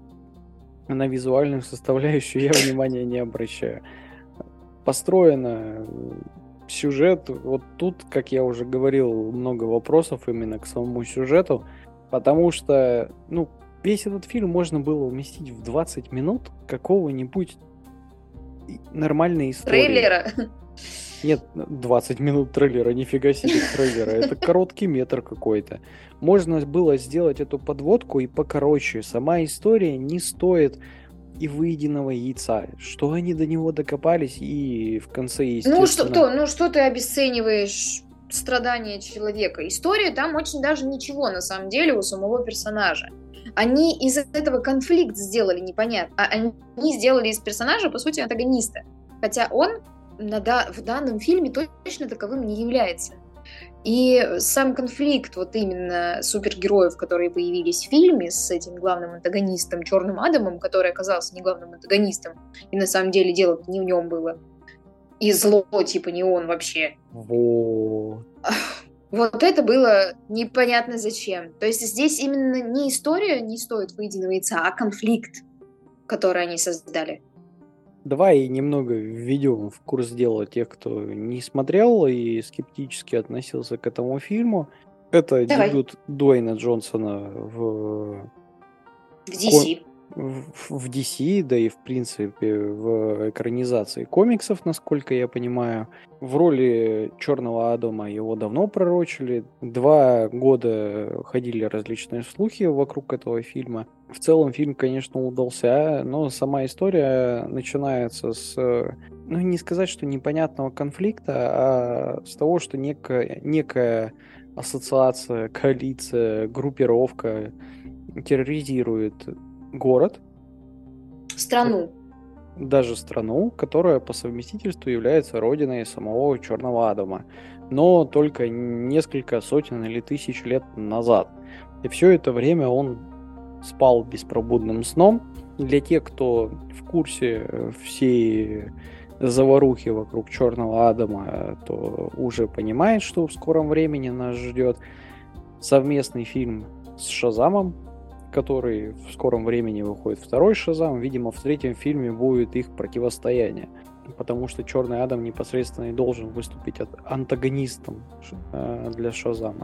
Speaker 3: На визуальную составляющую я внимания не обращаю. Построено сюжет. Вот тут, как я уже говорил, много вопросов именно к самому сюжету. Потому что, ну, весь этот фильм можно было уместить в 20 минут какого-нибудь нормальной истории.
Speaker 2: Трейлера?
Speaker 3: Нет, 20 минут трейлера, нифига себе трейлера. Это короткий метр какой-то. Можно было сделать эту подводку и покороче. Сама история не стоит и выеденного яйца. Что они до него докопались, и в конце, естественно...
Speaker 2: Ну что ты обесцениваешь страдания человека? История там очень даже ничего, на самом деле, у самого персонажа. Они из этого конфликт сделали непонятно. А они сделали из персонажа, по сути, антагониста. Хотя он в данном фильме точно таковым не является. И сам конфликт вот именно супергероев, которые появились в фильме с этим главным антагонистом Черным Адамом, который оказался не главным антагонистом, и на самом деле дело не в нем было. И зло, типа, не он вообще.
Speaker 3: Вот.
Speaker 2: Вот это было непонятно зачем. То есть здесь именно не история не стоит выеденного яйца, а конфликт, который они создали.
Speaker 3: Давай немного введем в курс дела тех, кто не смотрел и скептически относился к этому фильму. Это дебют Дуэйна Джонсона в
Speaker 2: DC.
Speaker 3: В DC, да и в принципе в экранизации комиксов, насколько я понимаю. В роли Черного Адама его давно пророчили. 2 года ходили различные слухи вокруг этого фильма. В целом фильм, конечно, удался, но сама история начинается с, ну не сказать, что непонятного конфликта, а с того, что некая ассоциация, коалиция, группировка терроризирует город.
Speaker 2: Страну.
Speaker 3: Даже страну, которая по совместительству является родиной самого Черного Адама. Но только несколько сотен или тысяч лет назад. И все это время он спал беспробудным сном. Для тех, кто в курсе всей заварухи вокруг Черного Адама, то уже понимает, что в скором времени нас ждет совместный фильм с Шазамом, который в скором времени выходит второй Шазам. Видимо, в 3-м фильме будет их противостояние. Потому что Черный Адам непосредственно и должен выступить антагонистом для Шазама.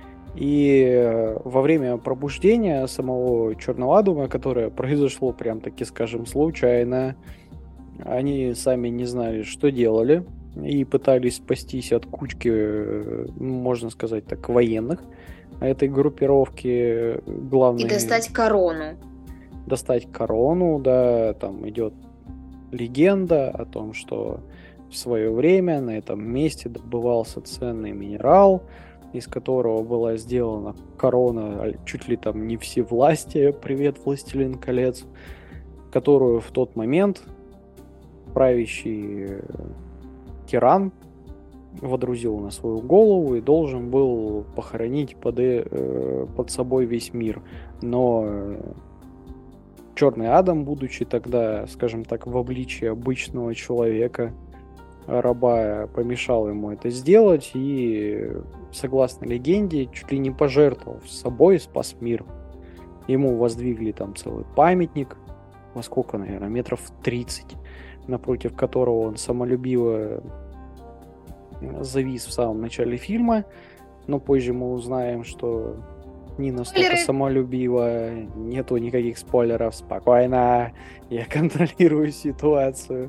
Speaker 3: И во время пробуждения самого Черного Адама, которое произошло прям таки, скажем, случайно, они сами не знали, что делали, и пытались спастись от кучки, можно сказать так, военных этой группировки главной...
Speaker 2: И достать корону.
Speaker 3: Достать корону, да, там идет легенда о том, что в свое время на этом месте добывался ценный минерал, из которого была сделана корона чуть ли там не всевластия, привет, Властелин колец, которую в тот момент правящий тиран водрузил на свою голову и должен был похоронить под собой весь мир. Но Черный Адам, будучи тогда, скажем так, в обличии обычного человека, раба, помешал ему это сделать и, согласно легенде, чуть ли не пожертвовав собой, спас мир. Ему воздвигли там целый памятник, во сколько, наверное, метров 30, напротив которого он самолюбиво завис в самом начале фильма, но позже мы узнаем, что не настолько самолюбиво, нету никаких спойлеров, спокойно, я контролирую ситуацию.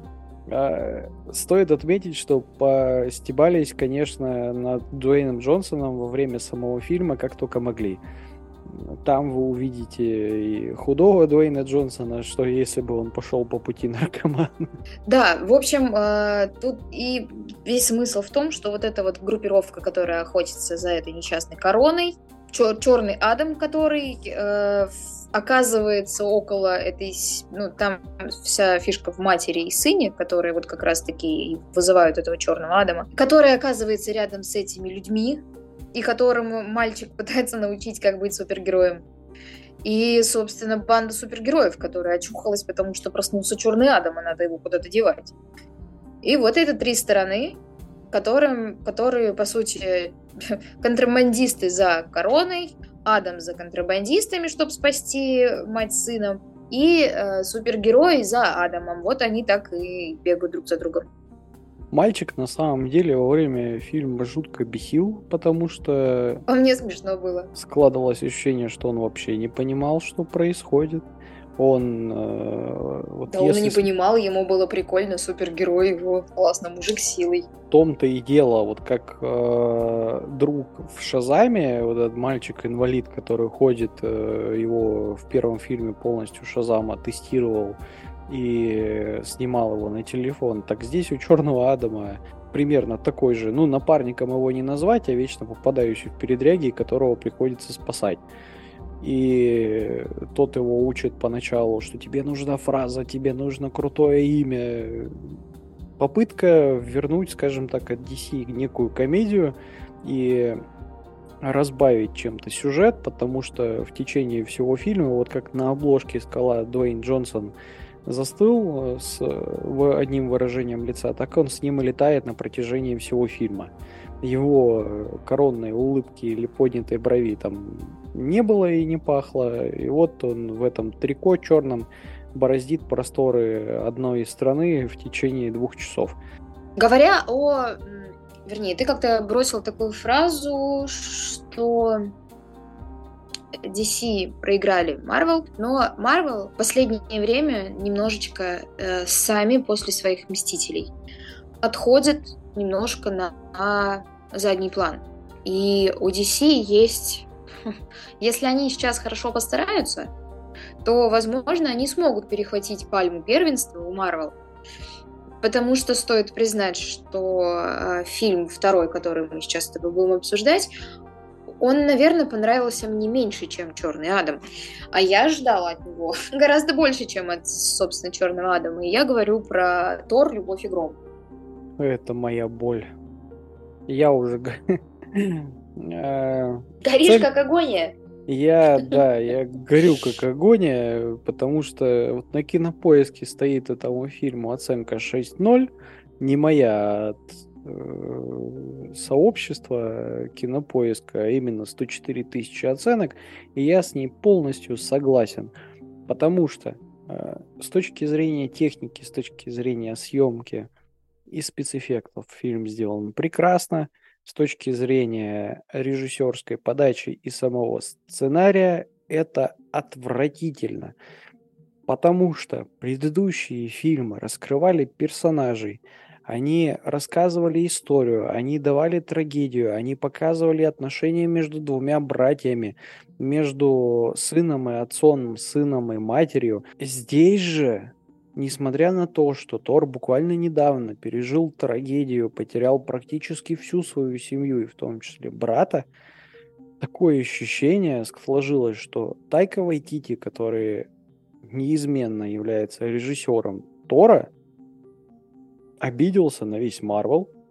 Speaker 3: Стоит отметить, что постебались, конечно, над Дуэйном Джонсоном во время самого фильма как только могли. Там вы увидите и худого Дуэйна Джонсона, что если бы он пошел по пути наркомана.
Speaker 2: Да, в общем, тут и весь смысл в том, что вот эта вот группировка, которая охотится за этой несчастной короной, Черный Адам, который оказывается около этой... Ну, там вся фишка в матери и сыне, которые вот как раз-таки вызывают этого Черного Адама, который оказывается рядом с этими людьми, и которому мальчик пытается научить, как быть супергероем. И, собственно, банда супергероев, которая очухалась, потому что проснулся Черный Адам, и надо его куда-то девать. И вот это три стороны, которые, по сути, контрабандисты за короной, Адам за контрабандистами, чтобы спасти мать с сыном, и супергерои за Адамом. Вот они так и бегают друг за другом.
Speaker 3: Мальчик на самом деле во время фильма жутко бесил, потому что...
Speaker 2: А мне смешно было.
Speaker 3: Складывалось ощущение, что он вообще не понимал, что происходит. Он...
Speaker 2: Он и не понимал, ему было прикольно, супергерой его, классно, мужик с силой.
Speaker 3: В том-то и дело, вот как друг в Шазаме, вот этот мальчик-инвалид, который ходит, его в первом фильме полностью Шазама тестировал и снимал его на телефон, так здесь у Черного Адама примерно такой же, ну, напарником его не назвать, а вечно попадающий в передряги, которого приходится спасать. И тот его учит поначалу, что тебе нужна фраза, тебе нужно крутое имя. Попытка вернуть, скажем так, от DC некую комедию и разбавить чем-то сюжет, потому что в течение всего фильма, вот как на обложке скала Дуэйн Джонсон застыл с одним выражением лица, так он с ним и летает на протяжении всего фильма. Его коронной улыбки или поднятой брови там не было и не пахло. И вот он в этом трико черном бороздит просторы одной из страны в течение 2 часов.
Speaker 2: Говоря о... Вернее, ты как-то бросил такую фразу, что DC проиграли Marvel, но Marvel в последнее время немножечко сами после своих Мстителей отходят немножко на задний план. И у DC есть... Если они сейчас хорошо постараются, то, возможно, они смогут перехватить пальму первенства у Marvel. Потому что стоит признать, что фильм второй, который мы сейчас с тобой будем обсуждать, он, наверное, понравился мне меньше, чем «Черный Адам». А я ждала от него гораздо больше, чем от, собственно, «Черного Адама». И я говорю про «Тор. Любовь и гром».
Speaker 3: Это моя боль. Я уже...
Speaker 2: Горишь, как агония.
Speaker 3: Я горю как агония, потому что вот на Кинопоиске стоит этому фильму оценка 6.0, не моя, а от сообщества Кинопоиска, а именно 104 тысячи оценок, и я с ней полностью согласен, потому что с точки зрения техники, с точки зрения съемки и спецэффектов фильм сделан прекрасно. С точки зрения режиссерской подачи и самого сценария это отвратительно, потому что предыдущие фильмы раскрывали персонажей, они рассказывали историю, они давали трагедию, они показывали отношения между двумя братьями, между сыном и отцом, сыном и матерью. Здесь же, несмотря на то, что Тор буквально недавно пережил трагедию, потерял практически всю свою семью, и в том числе брата, такое ощущение сложилось, что Тайка Вайтити, который неизменно является режиссером Тора, обиделся на весь Марвел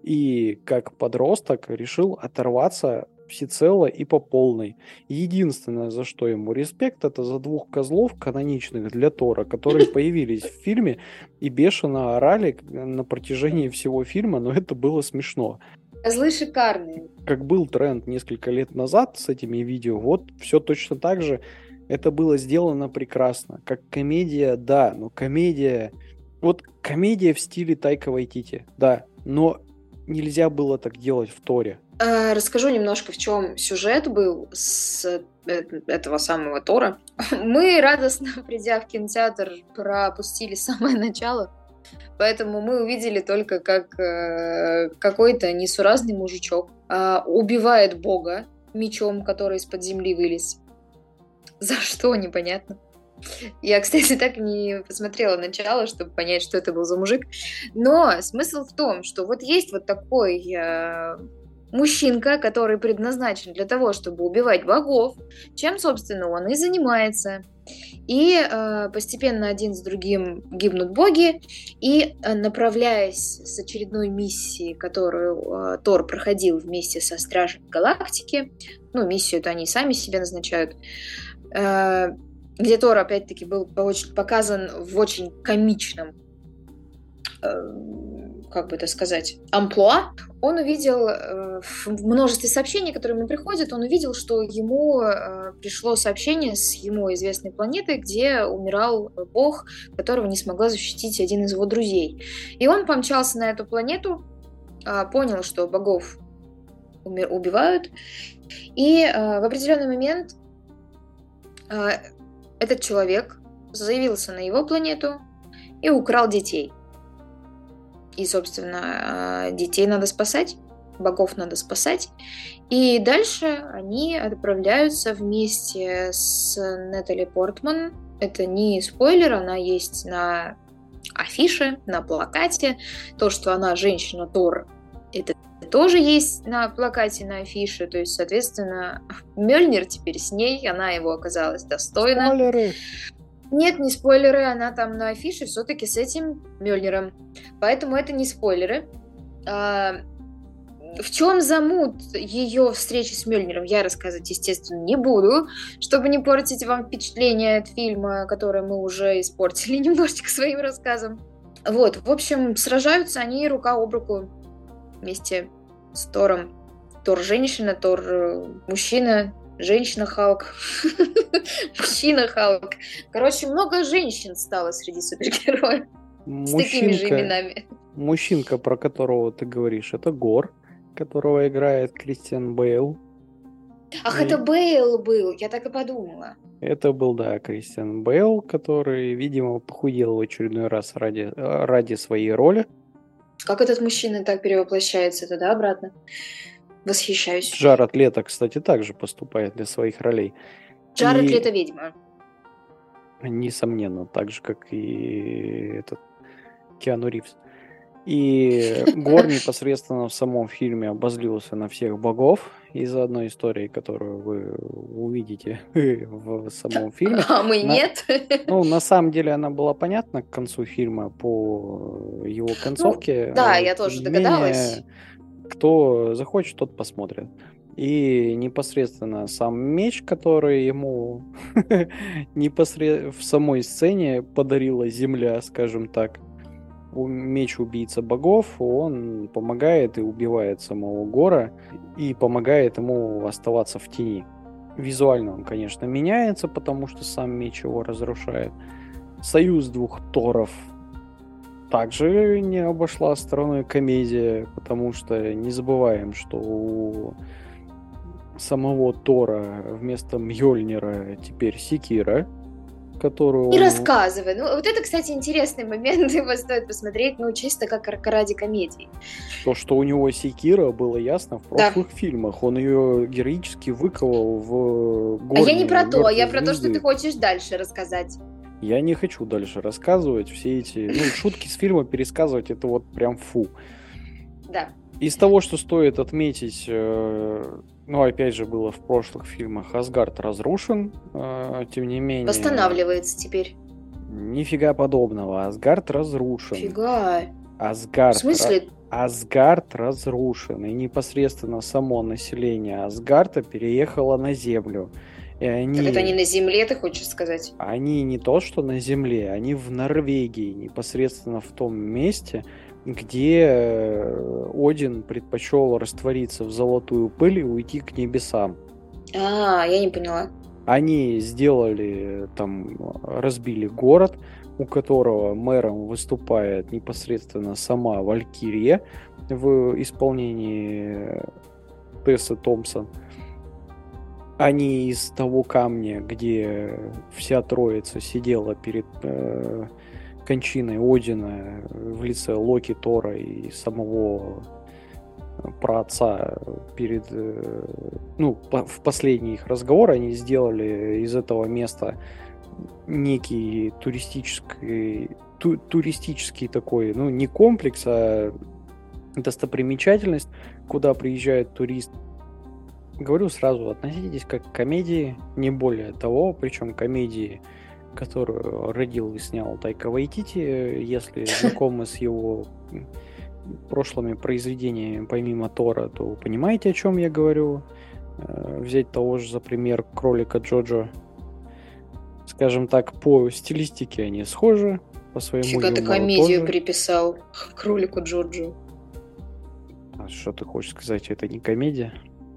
Speaker 3: И как подросток решил оторваться всецело и по полной. Единственное, за что ему респект, это за двух козлов каноничных для Тора, которые появились в фильме и бешено орали на протяжении всего фильма, но это было смешно.
Speaker 2: Козлы шикарные.
Speaker 3: Как был тренд несколько лет назад с этими видео, вот все точно так же. Это было сделано прекрасно. Как комедия, да, но комедия... Вот комедия в стиле Тайка Вайтити, да, но нельзя было так делать в Торе.
Speaker 2: Расскажу немножко, в чем сюжет был с этого самого Тора. Мы, радостно придя в кинотеатр, пропустили самое начало, поэтому мы увидели только, как какой-то несуразный мужичок убивает Бога мечом, который из-под земли вылез. За что, непонятно. Я, кстати, так и не посмотрела начало, чтобы понять, что это был за мужик. Но смысл в том, что вот есть вот такой мужчинка, который предназначен для того, чтобы убивать богов, чем, собственно, он и занимается. И постепенно один с другим гибнут боги, и направляясь с очередной миссии, которую Тор проходил вместе со Стражами Галактики, ну, миссию это они сами себе назначают, где Тор, опять-таки, был показан в очень комичном, как бы это сказать, амплуа. Он увидел в множестве сообщений, которые ему приходят, он увидел, что ему пришло сообщение с ему известной планеты, где умирал бог, которого не смогла защитить один из его друзей. И он помчался на эту планету, понял, что богов убивают, и в определенный момент этот человек заявился на его планету и украл детей. И, собственно, детей надо спасать, богов надо спасать. И дальше они отправляются вместе с Натали Портман. Это не спойлер, она есть на афише, на плакате. То, что она женщина Тор, это тоже есть на плакате, на афише. То есть, соответственно, Мьёльнир теперь с ней, она его оказалась достойна.
Speaker 3: Спойлеры!
Speaker 2: Нет, не спойлеры, она там на афише все-таки с этим Мьёльниром. Поэтому это не спойлеры. В чем замут ее встречи с Мьёльниром, я рассказывать, естественно, не буду, чтобы не портить вам впечатление от фильма, которое мы уже испортили немножечко своим рассказом. Вот, в общем, сражаются они рука об руку вместе с Тором. Тор женщина, Тор мужчина, женщина Халк, мужчина Халк. Короче, много женщин стало среди супергероев с такими же именами.
Speaker 3: Мужчинка, про которого ты говоришь, это Гор, которого играет Кристиан Бейл.
Speaker 2: Ах, это Бейл был, я так и подумала.
Speaker 3: Это был, да, Кристиан Бейл, который, видимо, похудел в очередной раз ради своей роли.
Speaker 2: Как этот мужчина так перевоплощается туда обратно? Восхищаюсь.
Speaker 3: Джаред Лето, кстати, также поступает для своих ролей.
Speaker 2: Джаред Лето ведьма.
Speaker 3: Несомненно, так же, как и этот Киану Ривз. И Гор непосредственно в самом фильме обозлился на всех богов из-за одной истории, которую вы увидите в самом фильме.
Speaker 2: А мы нет?
Speaker 3: Ну, на самом деле она была понятна к концу фильма по его концовке.
Speaker 2: Ну, да, я тоже догадалась.
Speaker 3: Кто захочет, тот посмотрит. И непосредственно сам меч, который ему непосредственно в самой сцене подарила земля, скажем так. Меч убийца богов, он помогает и убивает самого Гора, и помогает ему оставаться в тени. Визуально он, конечно, меняется, потому что сам меч его разрушает. Союз двух Торов также не обошла стороной комедия, потому что не забываем, что у самого Тора вместо Мьёльнира теперь секира, которую...
Speaker 2: Не рассказывай. Ну, вот это, кстати, интересный момент, его стоит посмотреть, ну, чисто как ради комедии.
Speaker 3: То, что у него секира, было ясно в прошлых фильмах. Он ее героически выковал в горные.
Speaker 2: А я не про то, я про то, что ты хочешь дальше рассказать.
Speaker 3: Я не хочу дальше рассказывать все эти... Ну, шутки с фильма пересказывать, это вот прям фу.
Speaker 2: Да.
Speaker 3: Из того, что стоит отметить... Ну, опять же, было в прошлых фильмах. Асгард разрушен, тем не менее...
Speaker 2: Восстанавливается теперь.
Speaker 3: Нифига подобного. Асгард разрушен.
Speaker 2: Фига.
Speaker 3: Асгард...
Speaker 2: В смысле?
Speaker 3: Асгард разрушен, и непосредственно само население Асгарда переехало на Землю. И
Speaker 2: Так это не на Земле, ты хочешь сказать?
Speaker 3: Они не то, что на Земле, они в Норвегии, непосредственно в том месте, где Один предпочел раствориться в золотую пыль и уйти к небесам.
Speaker 2: Я не поняла.
Speaker 3: Они сделали, там, разбили город, у которого мэром выступает непосредственно сама Валькирия в исполнении Тессы Томпсон. Они из того камня, где вся троица сидела перед кончиной Одина в лице Локи, Тора и самого праотца перед... в последний их разговор они сделали из этого места некий туристический такой, не комплекс, а достопримечательность, куда приезжает турист. Говорю сразу, относитесь как к комедии, не более того, причем комедии, которую родил и снял Тайка Вайтити, если знакомы с его прошлыми произведениями помимо Тора, то вы понимаете, о чем я говорю. Взять того же за пример кролика Джоджо. Скажем так, по стилистике они схожи, по своему юмору
Speaker 2: Фига ты комедию
Speaker 3: тоже.
Speaker 2: приписал кролику Джоджо.
Speaker 3: А что ты хочешь сказать, это не комедия?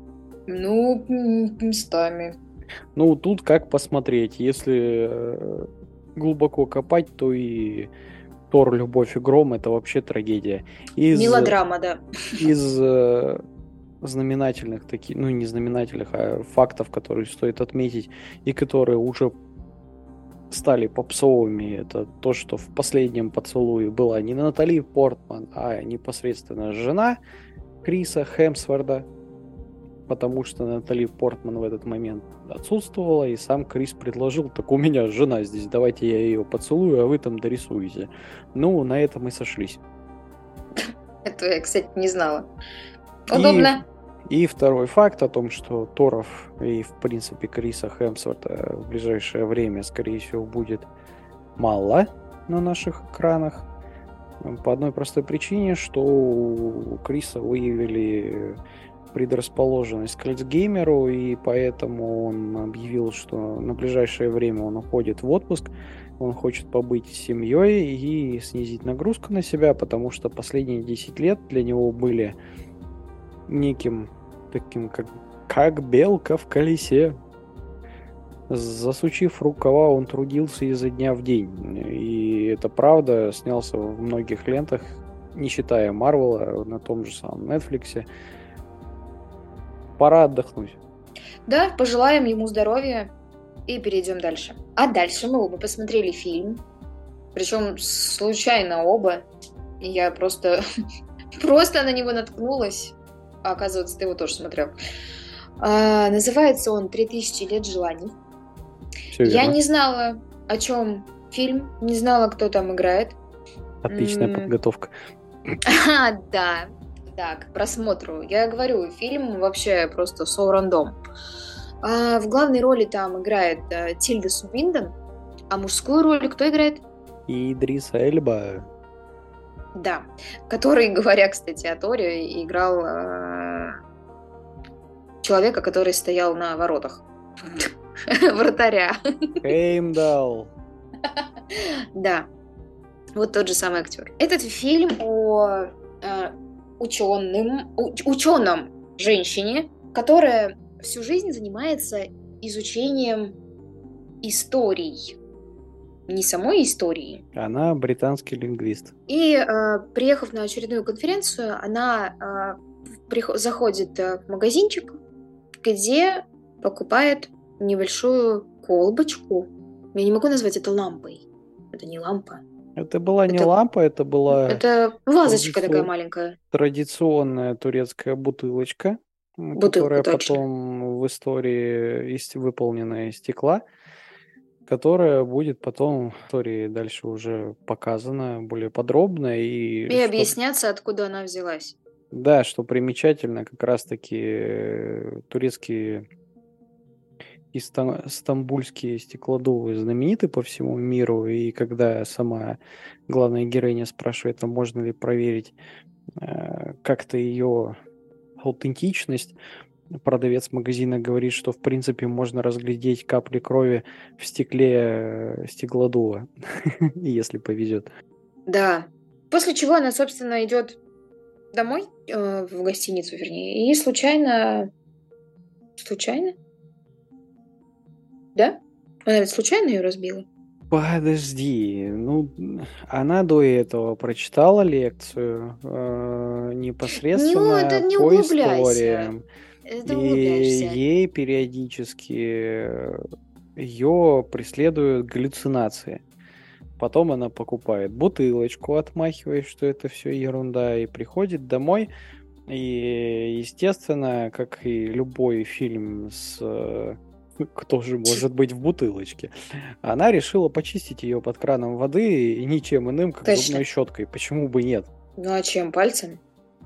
Speaker 2: Местами.
Speaker 3: Тут как посмотреть. Если глубоко копать, то и Тор, Любовь и Гром — это вообще трагедия.
Speaker 2: Мелодрама, да.
Speaker 3: Из знаменательных таких, не знаменательных, а фактов, которые стоит отметить, и которые уже стали попсовыми, это то, что в последнем поцелуе была не Натали Портман, а непосредственно жена Криса Хемсворда, потому что Натали Портман в этот момент отсутствовала, и сам Крис предложил: так у меня жена здесь, давайте я ее поцелую, а вы там дорисуете. На этом и сошлись.
Speaker 2: Это я, кстати, не знала. Удобно.
Speaker 3: И второй факт о том, что Торов и, в принципе, Криса Хемсворта в ближайшее время, скорее всего, будет мало на наших экранах. По одной простой причине, что у Криса выявили предрасположенность к Альцгеймеру, и поэтому он объявил, что на ближайшее время он уходит в отпуск, он хочет побыть с семьей и снизить нагрузку на себя, потому что последние 10 лет для него были неким таким, как белка в колесе. Засучив рукава, он трудился изо дня в день. И это правда, снялся в многих лентах, не считая Марвела, на том же самом Netflix. Пора отдохнуть.
Speaker 2: Да, пожелаем ему здоровья и перейдем дальше. А дальше мы оба посмотрели фильм. Причем случайно оба. И я просто на него наткнулась. А оказывается, ты его тоже смотрел. Называется он «3000 лет желаний». Я не знала, о чем фильм, не знала, кто там играет.
Speaker 3: Отличная подготовка.
Speaker 2: Да, к просмотру. Я говорю, фильм вообще просто so random. В главной роли там играет Тильда Свинтон, а мужскую роль кто играет?
Speaker 3: Идрис Эльба.
Speaker 2: Да, который, говоря, кстати, о Торе, играл человека, который стоял на воротах. Вратаря.
Speaker 3: Хеймдалл.
Speaker 2: Да, вот тот же самый актер. Этот фильм о ученом женщине, которая всю жизнь занимается изучением историй. Не самой истории.
Speaker 3: Она британский лингвист.
Speaker 2: И, приехав на очередную конференцию, она заходит в магазинчик, где покупает небольшую колбочку. Я не могу назвать это лампой. Это не лампа.
Speaker 3: Это была не лампа, это была...
Speaker 2: Это вазочка такая маленькая.
Speaker 3: Традиционная турецкая бутылочка, которая потом в истории выполнена из стекла, которая будет потом в истории дальше уже показана более подробно. И
Speaker 2: объясняться, откуда она взялась.
Speaker 3: Да, что примечательно, как раз-таки турецкие и стамбульские стеклодувы знамениты по всему миру, и когда сама главная героиня спрашивает, а можно ли проверить как-то ее аутентичность. Продавец магазина говорит, что в принципе можно разглядеть капли крови в стекле стеклодува, если повезет.
Speaker 2: Да. После чего она, собственно, идет домой, в гостиницу, вернее, и случайно... Случайно? Да? Она ведь случайно ее разбила?
Speaker 3: Подожди, ну, она до этого прочитала лекцию
Speaker 2: это
Speaker 3: непосредственно
Speaker 2: не
Speaker 3: по
Speaker 2: углубляйся.
Speaker 3: историям,
Speaker 2: Это
Speaker 3: и
Speaker 2: углубляешься.
Speaker 3: ей периодически ее преследуют галлюцинации. Потом она покупает бутылочку, отмахиваясь, что это все ерунда, и приходит домой. И, естественно, как и любой фильм с «Кто же может быть в бутылочке?», она решила почистить ее под краном воды и ничем иным, как
Speaker 2: Точно.
Speaker 3: зубной щеткой. Почему бы нет?
Speaker 2: Ну а чем? Пальцем?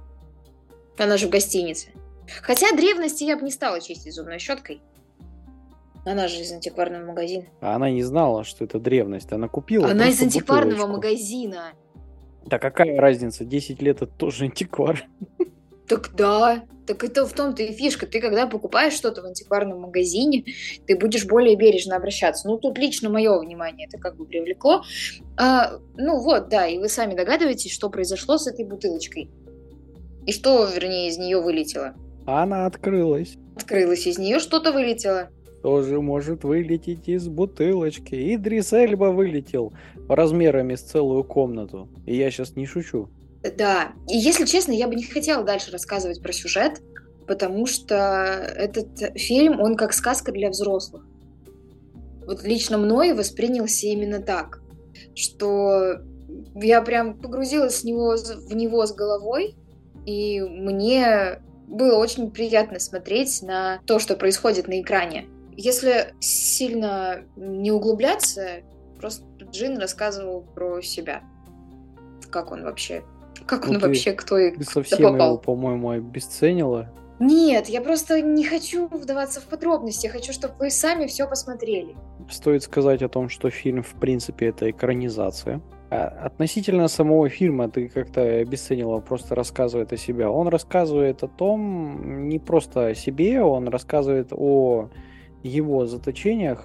Speaker 2: Она же в гостинице. Хотя древности я бы не стала чистить зубной щеткой. Она же из антикварного магазина.
Speaker 3: А она не знала, что это древность. Она купила
Speaker 2: Она из
Speaker 3: просто
Speaker 2: антикварного
Speaker 3: бутылочку.
Speaker 2: магазина.
Speaker 3: Да какая разница? 10 лет это тоже антиквар.
Speaker 2: Так да. Так это в том-то и фишка. Ты когда покупаешь что-то в антикварном магазине, ты будешь более бережно обращаться. Ну, тут лично мое внимание это как бы привлекло. Ну вот, да, и вы сами догадываетесь, что произошло с этой бутылочкой. И что, вернее, из нее вылетело.
Speaker 3: Она открылась.
Speaker 2: Открылось из нее, что-то вылетело.
Speaker 3: Тоже может вылететь из бутылочки. Идрис Эльба вылетел размерами с целую комнату. И я сейчас не шучу.
Speaker 2: Да, и если честно, я бы не хотела дальше рассказывать про сюжет, потому что этот фильм, он как сказка для взрослых. Вот лично мной воспринялся именно так, что я прям погрузилась в него с головой, и мне было очень приятно смотреть на то, что происходит на экране. Если сильно не углубляться, просто Джин рассказывал про себя. Как он вообще... Как он вообще, кто и
Speaker 3: Ты
Speaker 2: куда
Speaker 3: совсем
Speaker 2: попал?
Speaker 3: его, по-моему, обесценила.
Speaker 2: Нет, я просто не хочу вдаваться в подробности. Я хочу, чтобы вы сами все посмотрели.
Speaker 3: Стоит сказать о том, что фильм, в принципе, это экранизация. Относительно самого фильма ты как-то обесценила, просто рассказывает о себе. Он рассказывает о том, не просто о себе, он рассказывает о его заточениях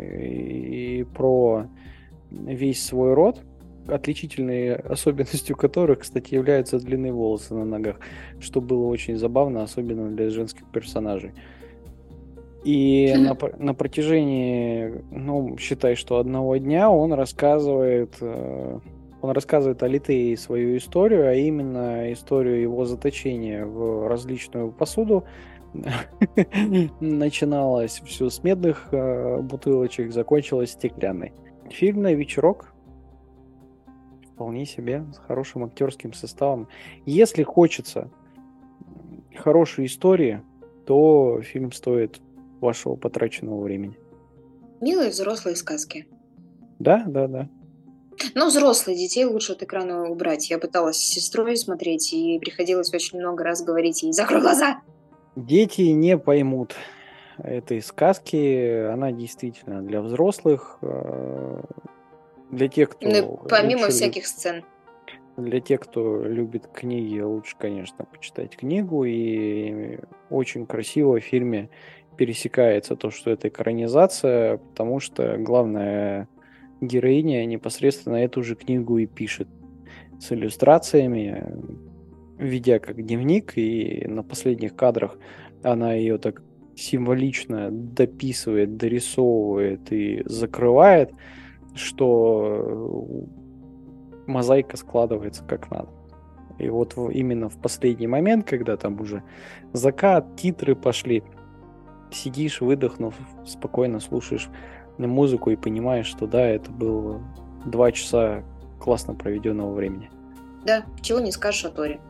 Speaker 3: и про весь свой род, отличительной особенностью которых, кстати, являются длинные волосы на ногах, что было очень забавно, особенно для женских персонажей. И на протяжении, ну, считай, что одного дня он рассказывает о Литее свою историю, а именно историю его заточения в различную посуду. Начиналось все с медных бутылочек, закончилось стеклянной. Фильмный вечерок. Вполне себе, с хорошим актерским составом. Если хочется хорошей истории, то фильм стоит вашего потраченного времени.
Speaker 2: Милые взрослые сказки.
Speaker 3: Да.
Speaker 2: Ну, взрослые, детей лучше от экрана убрать. Я пыталась с сестрой смотреть, и приходилось очень много раз говорить ей: «Закрой глаза!»
Speaker 3: Дети не поймут этой сказки. Она действительно для взрослых. Для тех, кто...
Speaker 2: помимо всяких сцен.
Speaker 3: Для тех, кто любит книги, лучше, конечно, почитать книгу. И очень красиво в фильме пересекается то, что это экранизация, потому что главная героиня непосредственно эту же книгу и пишет с иллюстрациями, ведя как дневник, и на последних кадрах она ее так символично дописывает, дорисовывает и закрывает, что мозаика складывается как надо. И вот именно в последний момент, когда там уже закат, титры пошли, сидишь, выдохнув, спокойно слушаешь музыку и понимаешь, что да, это было 2 часа классно проведенного времени.
Speaker 2: Да, чего не скажешь о Торе.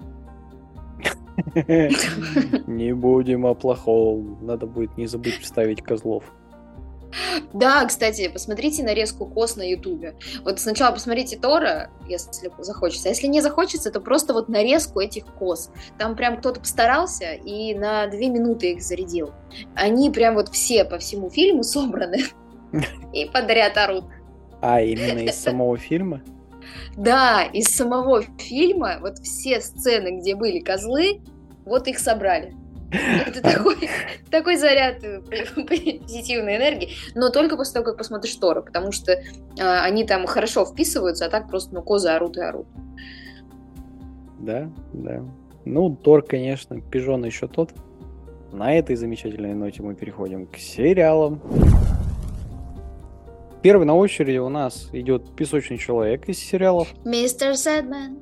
Speaker 3: Не будем о плохом. Надо будет не забыть вставить козлов.
Speaker 2: Да, кстати, посмотрите нарезку кос на Ютубе. Вот сначала посмотрите Тора, если захочется. А если не захочется, то просто вот нарезку этих кос. Там прям кто-то постарался и на 2 минуты их зарядил. Они прям вот все по всему фильму собраны и подряд орут.
Speaker 3: А, именно из самого фильма?
Speaker 2: Да, из самого фильма вот все сцены, где были козлы, вот их собрали. Это такой заряд позитивной энергии, но только после того, как посмотришь Тора, потому что они там хорошо вписываются, а так просто, козы орут и орут.
Speaker 3: Да. Ну, Тор, конечно, пижон еще тот. На этой замечательной ноте мы переходим к сериалам. Первый на очереди у нас идет «Песочный человек» из сериалов.
Speaker 2: Мистер Сэдман.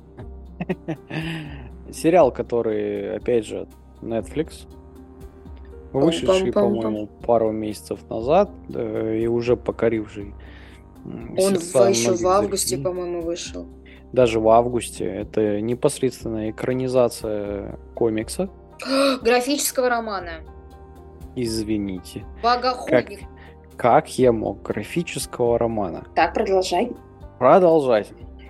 Speaker 3: Сериал, который, опять же, Netflix, вышедший, по-моему, пару месяцев назад, и уже покоривший.
Speaker 2: Он еще в августе, по-моему, вышел.
Speaker 3: Даже в августе. Это непосредственная экранизация комикса.
Speaker 2: Графического романа.
Speaker 3: Извините.
Speaker 2: Богохульник.
Speaker 3: Как я мог? Графического романа.
Speaker 2: Так, продолжай.
Speaker 3: Продолжать.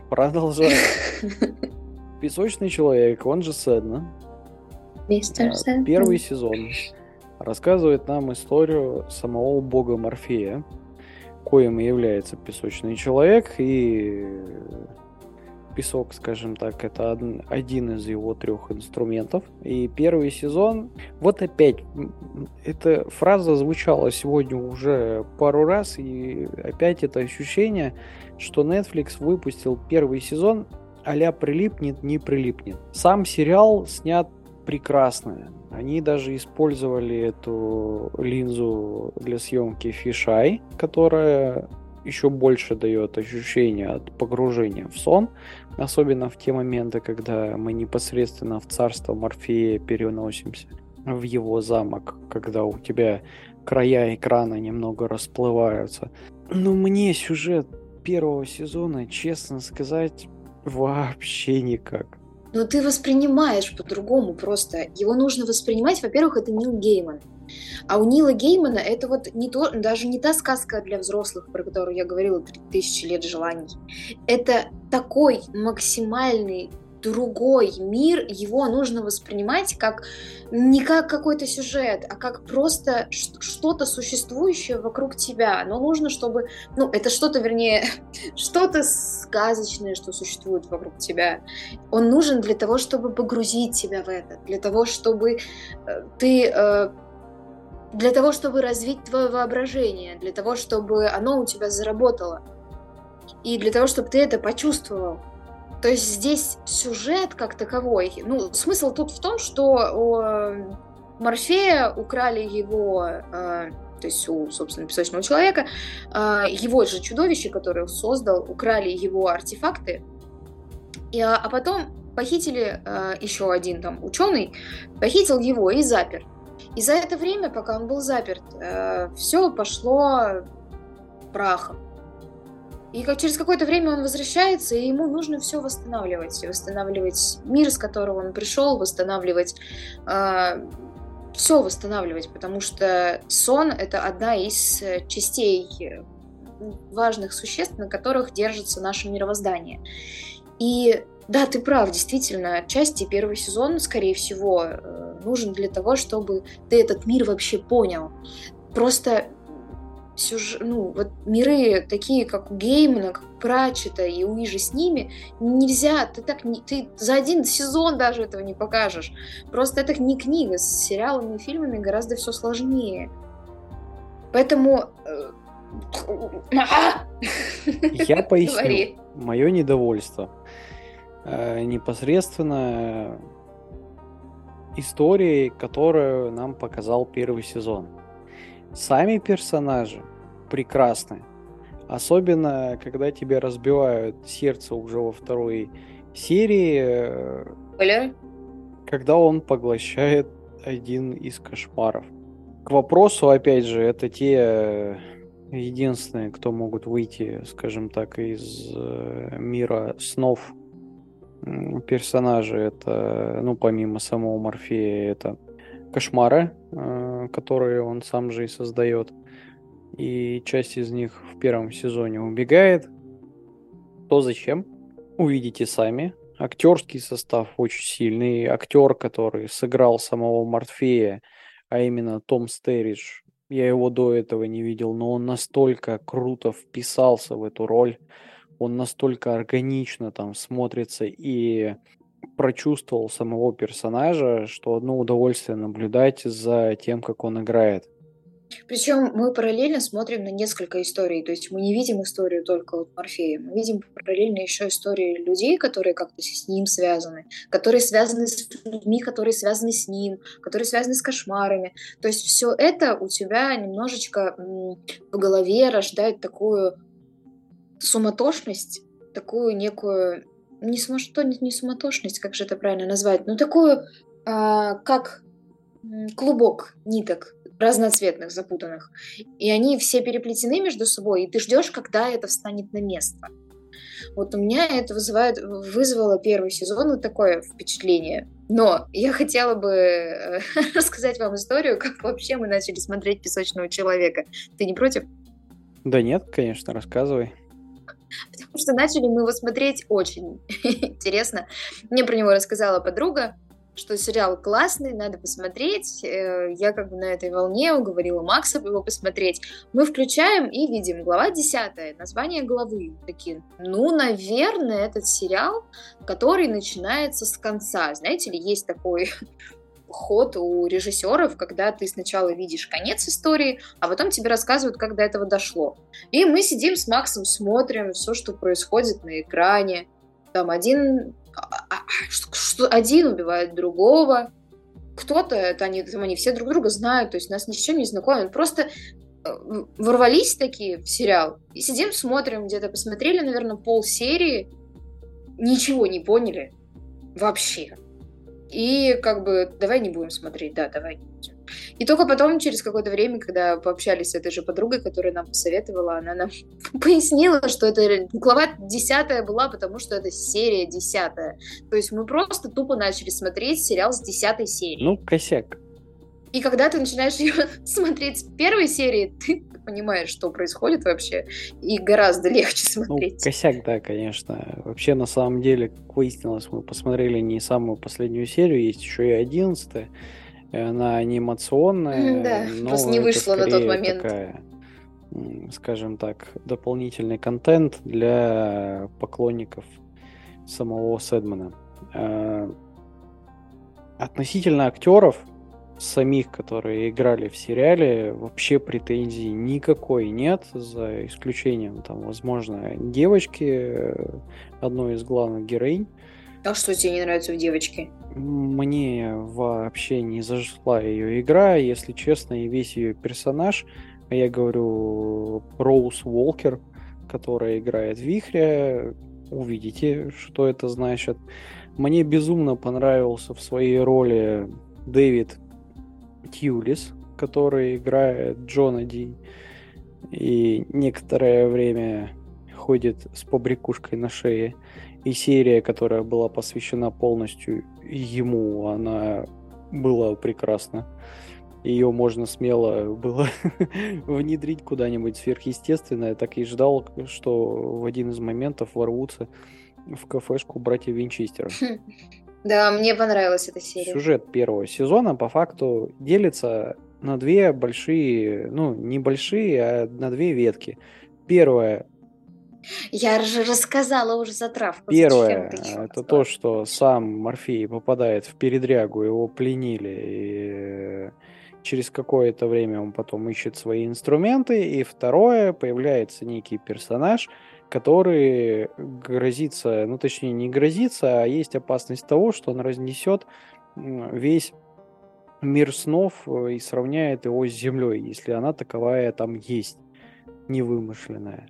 Speaker 3: «Песочный человек», он же Сэдман.
Speaker 2: Мистер Сэдман.
Speaker 3: Первый сезон рассказывает нам историю самого бога Морфея, коим является песочный человек, и песок, скажем так, это один из его 3 инструментов. И первый сезон, вот опять, эта фраза звучала сегодня уже пару раз, и опять это ощущение, что Netflix выпустил первый сезон а-ля прилипнет, не прилипнет. Сам сериал снят прекрасно. Они даже использовали эту линзу для съемки фишай, которая еще больше дает ощущение от погружения в сон, особенно в те моменты, когда мы непосредственно в царство Морфея переносимся, в его замок, когда у тебя края экрана немного расплываются. Но мне сюжет первого сезона, честно сказать, вообще никак.
Speaker 2: Но ты воспринимаешь по-другому просто. Его нужно воспринимать, во-первых, это Нил Гейман. А у Нила Геймана это вот даже не та сказка для взрослых, про которую я говорила, 3000 лет желаний. Это такой максимальный другой мир, его нужно воспринимать не как какой-то сюжет, а как просто что-то существующее вокруг тебя. Но нужно, чтобы... это что-то, вернее, что-то сказочное, что существует вокруг тебя. Он нужен для того, чтобы погрузить тебя в это, для того, чтобы для того, чтобы развить твое воображение, для того, чтобы оно у тебя заработало, и для того, чтобы ты это почувствовал. То есть здесь сюжет как таковой, смысл тут в том, что у Морфея украли его, то есть у, собственно, песочного человека, его же чудовище, которое он создал, украли его артефакты, а потом похитили еще один там ученый, похитил его и запер. И за это время, пока он был заперт, все пошло прахом. И через какое-то время он возвращается, и ему нужно все восстанавливать. Восстанавливать мир, с которого он пришел, все восстанавливать, потому что сон — это одна из частей важных существ, на которых держится наше мировоздание. И да, ты прав, действительно, отчасти первый сезон, скорее всего, нужен для того, чтобы ты этот мир вообще понял. Просто миры такие, как у Геймана, как у Пратчета и Уижи с ними, нельзя, ты за один сезон даже этого не покажешь. Просто это не книга, с сериалами и фильмами гораздо все сложнее. Поэтому...
Speaker 3: Я поясню мое недовольство. Непосредственно историей, которую нам показал первый сезон. Сами персонажи прекрасны. Особенно, когда тебе разбивают сердце уже во второй серии, когда он поглощает один из кошмаров. К вопросу, опять же, это те единственные, кто могут выйти, скажем так, из мира снов персонажи. Это, помимо самого Морфея, это кошмары, которые он сам же и создает. И часть из них в первом сезоне убегает. То зачем? Увидите сами. Актерский состав очень сильный. Актер, который сыграл самого Морфея, а именно Том Стерридж, я его до этого не видел, но он настолько круто вписался в эту роль. он настолько органично там смотрится и прочувствовал самого персонажа, что одно удовольствие наблюдать за тем, как он играет.
Speaker 2: Причем мы параллельно смотрим на несколько историй, то есть мы не видим историю только вот Морфея, мы видим параллельно еще истории людей, которые как-то с ним связаны, которые связаны с людьми, которые связаны с ним, которые связаны с кошмарами. То есть все это у тебя немножечко в голове рождает такую суматошность, такую некую, не суматошность, как же это правильно назвать, но такую, как клубок ниток разноцветных, запутанных. И они все переплетены между собой, и ты ждешь, когда это встанет на место. Вот у меня это вызвало первый сезон вот такое впечатление. Но я хотела бы рассказать вам историю, как вообще мы начали смотреть «Песочного человека». Ты не против?
Speaker 3: Да нет, конечно, рассказывай.
Speaker 2: Потому что начали мы его смотреть очень интересно. Мне про него рассказала подруга, что сериал классный, надо посмотреть. Я как бы на этой волне уговорила Макса его посмотреть. Мы включаем и видим глава 10, название главы. Такие, наверное, этот сериал, который начинается с конца. Знаете ли, есть такой ход у режиссеров, когда ты сначала видишь конец истории, а потом тебе рассказывают, как до этого дошло. И мы сидим с Максом, смотрим все, что происходит на экране. Там один убивает другого, кто-то, они все друг друга знают, то есть нас ничего не знакомят, просто ворвались такие в сериал и сидим, смотрим, где-то посмотрели, наверное, полсерии, ничего не поняли вообще. И как бы давай не будем смотреть, давай не будем. И только потом, через какое-то время, когда пообщались с этой же подругой, которая нам посоветовала, она нам пояснила, что это глава 10 была, потому что это серия 10. То есть мы просто тупо начали смотреть сериал с 10 серии.
Speaker 3: Косяк.
Speaker 2: И когда ты начинаешь ее смотреть с первой серии, ты понимаешь, что происходит вообще, и гораздо легче смотреть.
Speaker 3: Косяк, да, конечно. Вообще, на самом деле, как выяснилось, мы посмотрели не самую последнюю серию, есть еще и 11-я. Она анимационная,
Speaker 2: да,
Speaker 3: но
Speaker 2: просто не вышла на тот момент.
Speaker 3: Такая, скажем так, дополнительный контент для поклонников самого Сэдмана. Относительно актеров самих, которые играли в сериале, вообще претензий никакой нет, за исключением, там, возможно, девочки, одной из главных героинь.
Speaker 2: А что тебе не нравится в девочке?
Speaker 3: Мне вообще не зашла ее игра, если честно, и весь ее персонаж. Я говорю Роуз Уолкер, которая играет Вихря. Увидите, что это значит. Мне безумно понравился в своей роли Дэвид Тьюлис, который играет Джона Ди. И некоторое время ходит с побрякушкой на шее. И серия, которая была посвящена полностью ему, она была прекрасна. Ее можно смело было внедрить куда-нибудь сверхъестественное. Так и ждал, что в один из моментов ворвутся в кафешку братьев Винчестеров.
Speaker 2: Да, мне понравилась эта серия.
Speaker 3: Сюжет первого сезона по факту делится на две большие, небольшие, а на две ветки. Первая.
Speaker 2: Я же рассказала уже затравку.
Speaker 3: Первое, это то, что сам Морфей попадает в передрягу, его пленили, и через какое-то время он потом ищет свои инструменты. И второе, появляется некий персонаж, который грозится, точнее не грозится, а есть опасность того, что он разнесет весь мир снов и сравняет его с землей, если она таковая там есть, невымышленная.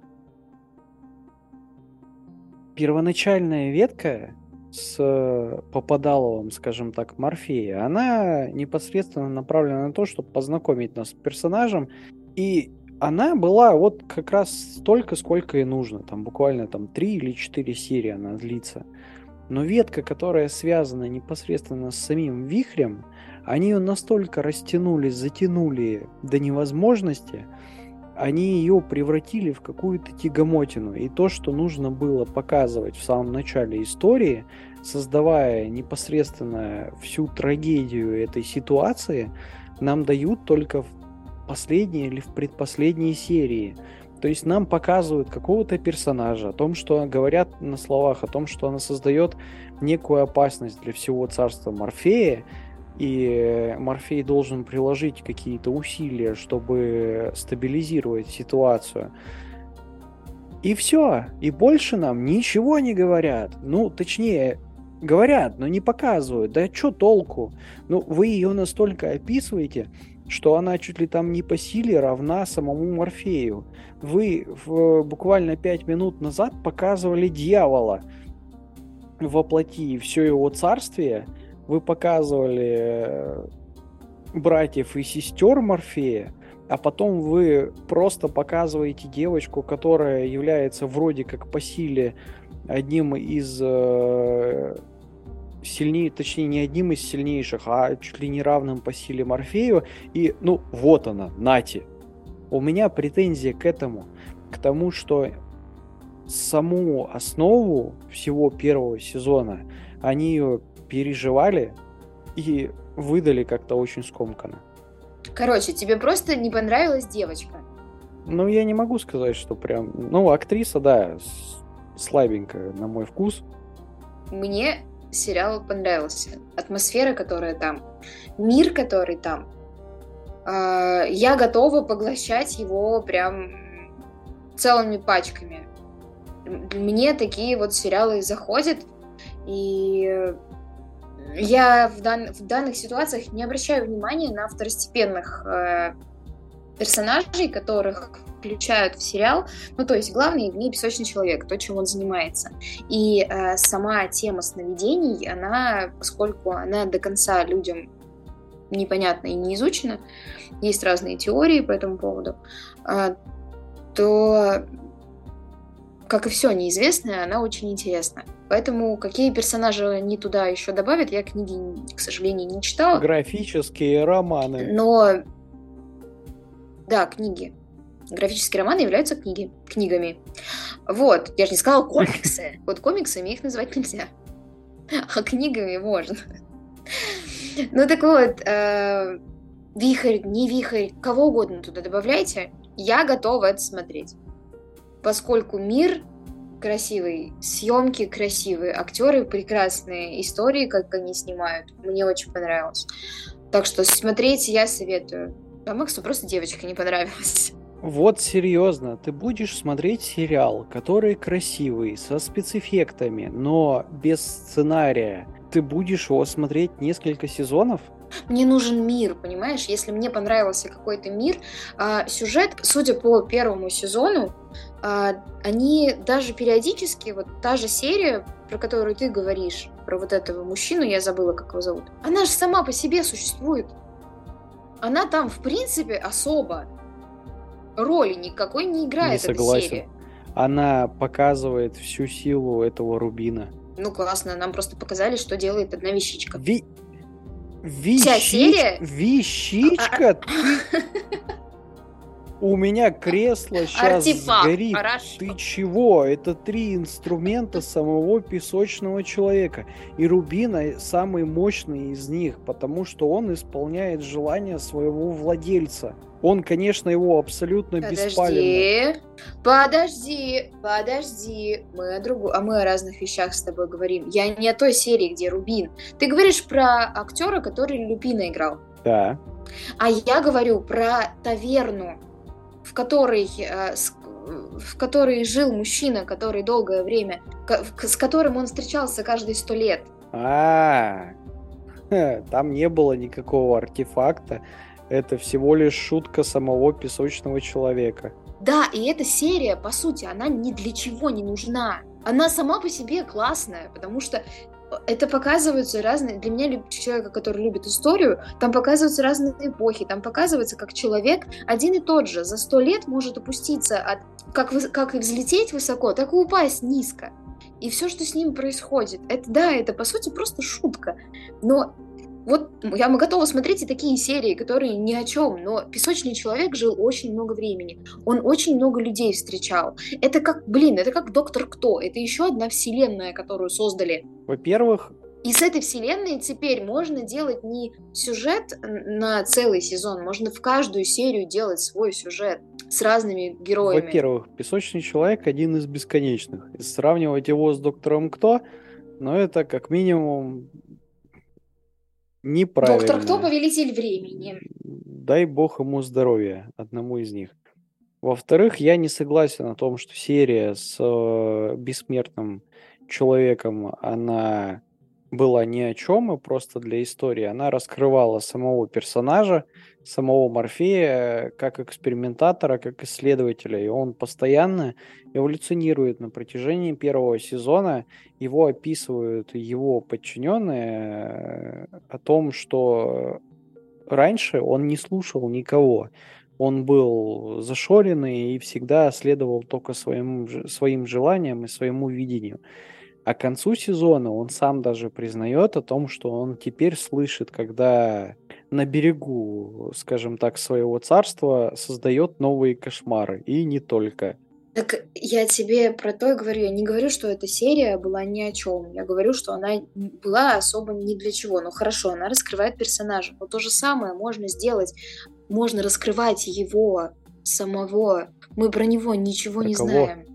Speaker 3: Первоначальная ветка с Попадаловым, скажем так, Морфея, она непосредственно направлена на то, чтобы познакомить нас с персонажем, и она была вот как раз столько, сколько и нужно, там буквально 3 или 4 серии она длится. Но ветка, которая связана непосредственно с самим Вихрем, они ее настолько растянули, затянули до невозможности, они ее превратили в какую-то тягомотину. И то, что нужно было показывать в самом начале истории, создавая непосредственно всю трагедию этой ситуации, нам дают только в последней или в предпоследней серии. То есть нам показывают какого-то персонажа, о том, что говорят на словах, о том, что она создает некую опасность для всего царства Морфея, и Морфей должен приложить какие-то усилия, чтобы стабилизировать ситуацию. И все. И больше нам ничего не говорят. Ну, точнее, говорят, но не показывают. Да что толку? Ну, вы ее настолько описываете, что она чуть ли там не по силе равна самому Морфею. Вы буквально 5 минут назад показывали дьявола во плоти и все его царствие. Вы показывали братьев и сестер Морфея, а потом вы просто показываете девочку, которая является вроде как по силе одним из точнее, не одним из сильнейших, а чуть ли не равным по силе Морфею. И, ну, вот она, нате. У меня претензия к этому, к тому, что саму основу всего первого сезона они ее переживали и выдали как-то очень скомканно.
Speaker 2: Короче, тебе просто не понравилась девочка?
Speaker 3: Ну, я не могу сказать, что прям... Ну, актриса, да, слабенькая, на мой вкус.
Speaker 2: Мне сериал понравился. Атмосфера, которая там, мир, который там. Я готова поглощать его прям целыми пачками. Мне такие вот сериалы заходят, и я в данных ситуациях не обращаю внимания на второстепенных персонажей, которых включают в сериал. Ну, то есть главный в ней песочный человек, то, чем он занимается. И сама тема сновидений, она, поскольку она до конца людям непонятна и не изучена, есть разные теории по этому поводу, то, как и все неизвестное, она очень интересна. Поэтому какие персонажи они туда еще добавят, я книги, к сожалению, не читала.
Speaker 3: Графические романы.
Speaker 2: Но, да, книги. Графические романы являются книгами. Вот, я же не сказала комиксы. Вот комиксами их назвать нельзя. А книгами можно. Ну так вот, вихрь, не вихрь, кого угодно туда добавляйте. Я готова это смотреть. Поскольку мир красивый, съемки красивые, актеры прекрасные, истории, как они снимают, мне очень понравилось. Так что смотреть я советую. А Максу просто девочка не понравилась.
Speaker 3: Вот серьезно, ты будешь смотреть сериал, который красивый, со спецэффектами, но без сценария. Ты будешь его смотреть несколько сезонов?
Speaker 2: Мне нужен мир, понимаешь? Если мне понравился какой-то мир, сюжет, судя по первому сезону, они даже периодически, вот та же серия, про которую ты говоришь, про вот этого мужчину, я забыла, как его зовут, она же сама по себе существует. Она там, в принципе, особо роли никакой не играет.
Speaker 3: Не согласен.
Speaker 2: Эта серия.
Speaker 3: Она показывает всю силу этого Рубина.
Speaker 2: Ну, классно, нам просто показали, что делает одна вещичка.
Speaker 3: Вся
Speaker 2: серия?
Speaker 3: Вещичка? У меня кресло сейчас сгорит. Ты чего? Это 3 инструмента самого песочного человека. И Рубина самый мощный из них, потому что он исполняет желания своего владельца. Он, конечно, его абсолютно беспалевный.
Speaker 2: Подожди. Мы о разных вещах с тобой говорим. Я не о той серии, где Рубин. Ты говоришь про актера, который Люпина играл.
Speaker 3: Да.
Speaker 2: А я говорю про таверну, в которой жил мужчина, который долгое время, с которым он встречался каждые 100 лет.
Speaker 3: Там не было никакого артефакта. Это всего лишь шутка самого песочного человека.
Speaker 2: Да, и эта серия, по сути, она ни для чего не нужна. Она сама по себе классная, потому что это показываются разные... Для меня, человека, который любит историю, там показываются разные эпохи, там показывается, как человек один и тот же за 100 лет может опуститься как и взлететь высоко, так и упасть низко. И все, что с ним происходит, это по сути просто шутка. Но вот я готова смотреть и такие серии, которые ни о чем, но песочный человек жил очень много времени. Он очень много людей встречал. Это как Доктор Кто. Это еще одна вселенная, которую создали.
Speaker 3: Во-первых...
Speaker 2: И с этой вселенной теперь можно делать не сюжет на целый сезон, можно в каждую серию делать свой сюжет. с разными героями.
Speaker 3: Во-первых, «Песочный человек» один из бесконечных. И сравнивать его с «Доктором Кто», но это как минимум неправильно.
Speaker 2: «Доктор Кто? Повелитель времени».
Speaker 3: Дай бог ему здоровья, одному из них. Во-вторых, я не согласен о том, что серия с бессмертным человеком, она была ни о чем, и просто для истории. Она раскрывала самого персонажа, самого Морфея, как экспериментатора, как исследователя. И он постоянно эволюционирует на протяжении первого сезона. Его описывают его подчиненные о том, что раньше он не слушал никого. Он был зашоренный и всегда следовал только своим желаниям и своему видению. А к концу сезона он сам даже признает о том, что он теперь слышит, когда на берегу, скажем так, своего царства создает новые кошмары. И не только.
Speaker 2: Так я тебе про то и говорю. Я не говорю, что эта серия была ни о чем. Я говорю, что она была особо ни для чего. Ну хорошо, она раскрывает персонажа. Но то же самое можно сделать. Можно раскрывать его самого. Мы про него ничего
Speaker 3: Про
Speaker 2: не
Speaker 3: кого?
Speaker 2: знаем.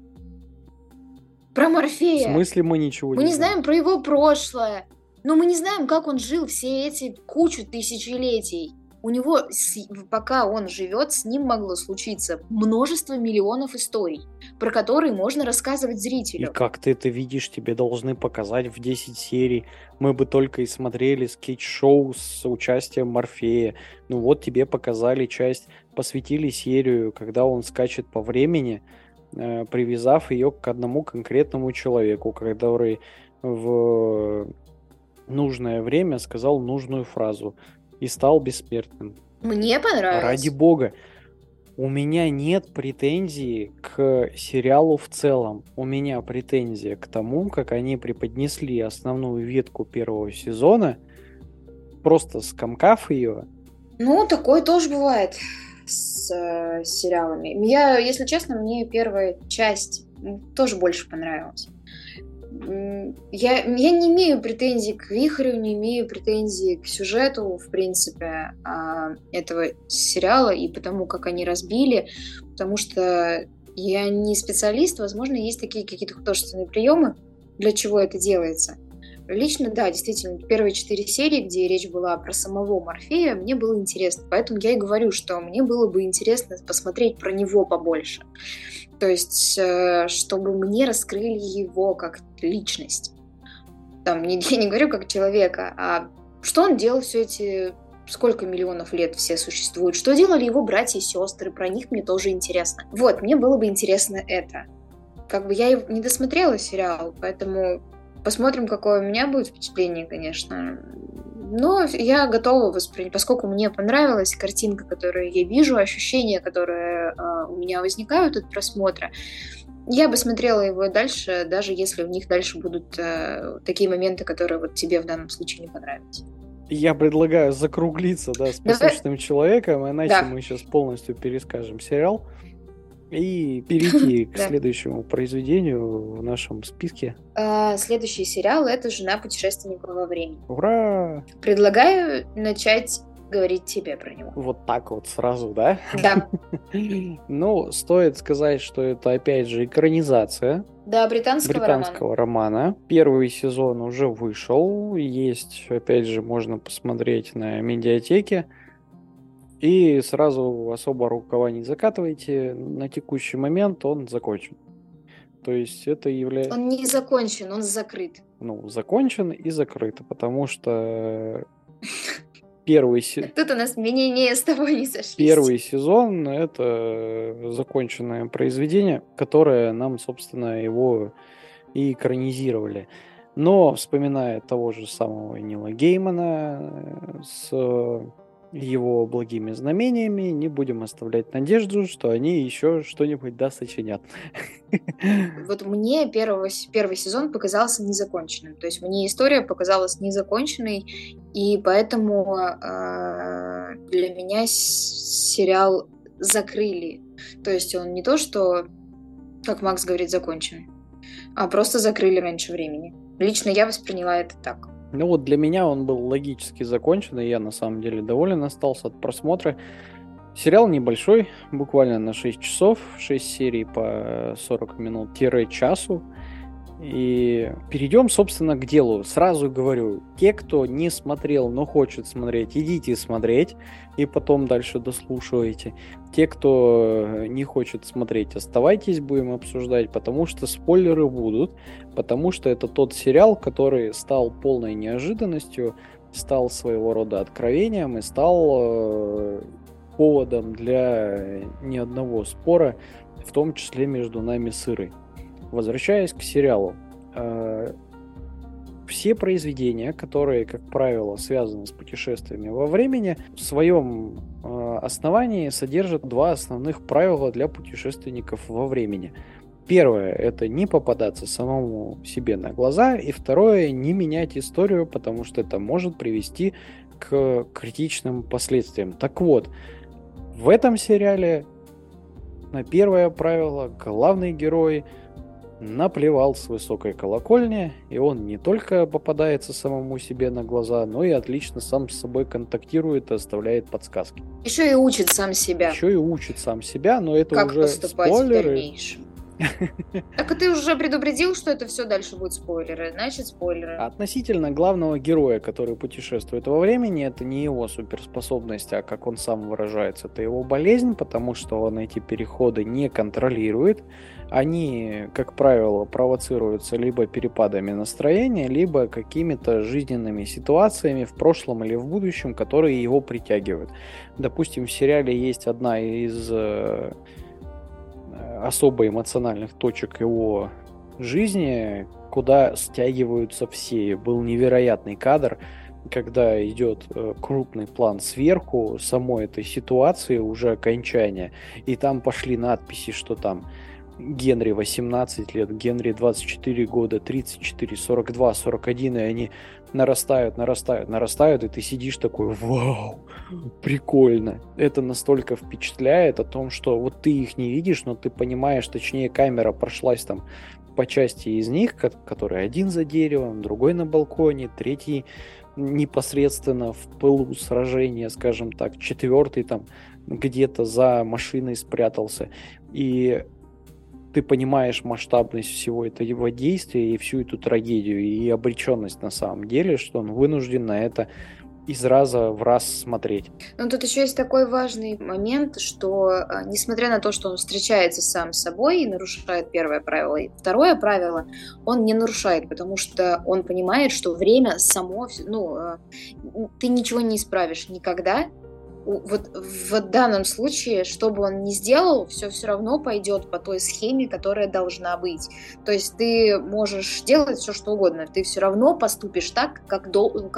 Speaker 2: Про
Speaker 3: В
Speaker 2: Морфея.
Speaker 3: смысле мы ничего
Speaker 2: Мы
Speaker 3: не
Speaker 2: не знаем про его прошлое. Но мы не знаем, как он жил все эти кучу тысячелетий. У него, пока он живет, с ним могло случиться множество миллионов историй, про которые можно рассказывать
Speaker 3: И
Speaker 2: зрителю.
Speaker 3: как ты это видишь, тебе должны показать в 10 серий. Мы бы только и смотрели скетч-шоу с участием Морфея. Ну вот тебе показали часть, посвятили серию, когда он скачет по времени, привязав ее к одному конкретному человеку, который в нужное время сказал нужную фразу и стал бессмертным.
Speaker 2: Мне понравилось.
Speaker 3: Ради бога. У меня нет претензий к сериалу в целом. У меня претензия к тому, как они преподнесли основную ветку первого сезона, просто скомкав ее.
Speaker 2: Ну, такое тоже бывает с сериалами. Я, если честно, мне первая часть тоже больше понравилась. Я не имею претензий к вихрю, не имею претензий к сюжету, в принципе, этого сериала и потому, как они разбили, потому что я не специалист, возможно, есть такие какие-то художественные приемы, для чего это делается. Лично, да, действительно, первые 4 серии, где речь была про самого Морфея, мне было интересно. Поэтому я и говорю, что мне было бы интересно посмотреть про него побольше. То есть, чтобы мне раскрыли его как личность. Там, я не говорю как человека, а что он делал все эти... Сколько миллионов лет все существуют? Что делали его братья и сестры? Про них мне тоже интересно. Вот, мне было бы интересно это. Как бы я не досмотрела сериал, поэтому... Посмотрим, какое у меня будет впечатление, конечно. Но я готова воспринять, поскольку мне понравилась картинка, которую я вижу, ощущения, которые у меня возникают от просмотра. Я бы смотрела его дальше, даже если у них дальше будут такие моменты, которые вот тебе в данном случае не понравились.
Speaker 3: Я предлагаю закруглиться, да, с «Песочным человеком, иначе мы сейчас полностью перескажем сериал. И перейти к следующему произведению в нашем списке.
Speaker 2: Следующий сериал — это «Жена путешественника во времени».
Speaker 3: Ура!
Speaker 2: Предлагаю начать говорить тебе про него.
Speaker 3: Вот так вот сразу, да?
Speaker 2: Да.
Speaker 3: Ну, стоит сказать, что это опять же экранизация.
Speaker 2: Да, британского
Speaker 3: романа. Первый сезон уже вышел. Есть, опять же, можно посмотреть на медиатеке. И сразу особо рукава не закатывайте. На текущий момент он закончен. То есть это является...
Speaker 2: Он не закончен, он закрыт.
Speaker 3: Ну, закончен и закрыт, потому что первый сезон...
Speaker 2: Тут у нас мнения с тобой не сошлись.
Speaker 3: Первый сезон — это законченное произведение, которое нам, собственно, его и экранизировали. Но, вспоминая того же самого Нила Геймана с его благими знамениями, не будем оставлять надежду, что они еще что-нибудь сочинят.
Speaker 2: Вот мне первый сезон показался незаконченным. То есть мне история показалась незаконченной, и поэтому для меня сериал закрыли. То есть он не то, что, как Макс говорит, закончен, а просто закрыли раньше времени. Лично я восприняла это так.
Speaker 3: Ну вот для меня он был логически закончен, и я на самом деле доволен остался от просмотра. Сериал небольшой, буквально на 6 часов, 6 серий по 40 минут-часу. И перейдем, собственно, к делу. Сразу говорю, те, кто не смотрел, но хочет смотреть, идите смотреть, и потом дальше дослушивайте. Те, кто не хочет смотреть, оставайтесь, будем обсуждать, потому что спойлеры будут, потому что это тот сериал, который стал полной неожиданностью, стал своего рода откровением и стал поводом для ни одного спора, в том числе между нами с Ирой. Возвращаясь к сериалу, все произведения, которые, как правило, связаны с путешествиями во времени, в своем основании содержат два основных правила для путешественников во времени. Первое – это не попадаться самому себе на глаза, и второе – не менять историю, потому что это может привести к критичным последствиям. Так вот, в этом сериале на первое правило главный герой наплевал с высокой колокольни, и он не только попадается самому себе на глаза, но и отлично сам с собой контактирует и оставляет подсказки.
Speaker 2: Еще и учит сам себя.
Speaker 3: Но это
Speaker 2: как
Speaker 3: уже
Speaker 2: поступать
Speaker 3: спойлеры.
Speaker 2: В дальнейшем. Так и ты уже предупредил, что это все дальше будет спойлеры, значит спойлеры.
Speaker 3: Относительно главного героя, который путешествует во времени, это не его суперспособность, а как он сам выражается, это его болезнь, потому что он эти переходы не контролирует. Они, как правило, провоцируются либо перепадами настроения, либо какими-то жизненными ситуациями в прошлом или в будущем, которые его притягивают. Допустим, в сериале есть одна из особо эмоциональных точек его жизни, куда стягиваются все. Был невероятный кадр, когда идет крупный план сверху самой этой ситуации, уже окончания, и там пошли надписи, что там Генри 18 лет, Генри 24 года, 34, 42, 41, и они нарастают, и ты сидишь такой: вау, прикольно. Это настолько впечатляет о том, что вот ты их не видишь, но ты понимаешь, точнее камера прошлась там по части из них, который один за деревом, другой на балконе, третий непосредственно в пылу сражения, скажем так, четвертый там где-то за машиной спрятался. И ты понимаешь масштабность всего этого действия и всю эту трагедию и обреченность на самом деле, что он вынужден на это из раза в раз смотреть.
Speaker 2: Но тут еще есть такой важный момент, что несмотря на то, что он встречается сам с собой и нарушает первое правило, и второе правило он не нарушает, потому что он понимает, что время само, ты ничего не исправишь никогда. Вот в данном случае, что бы он ни сделал, все равно пойдет по той схеме, которая должна быть. То есть ты можешь делать все, что угодно, ты все равно поступишь так, как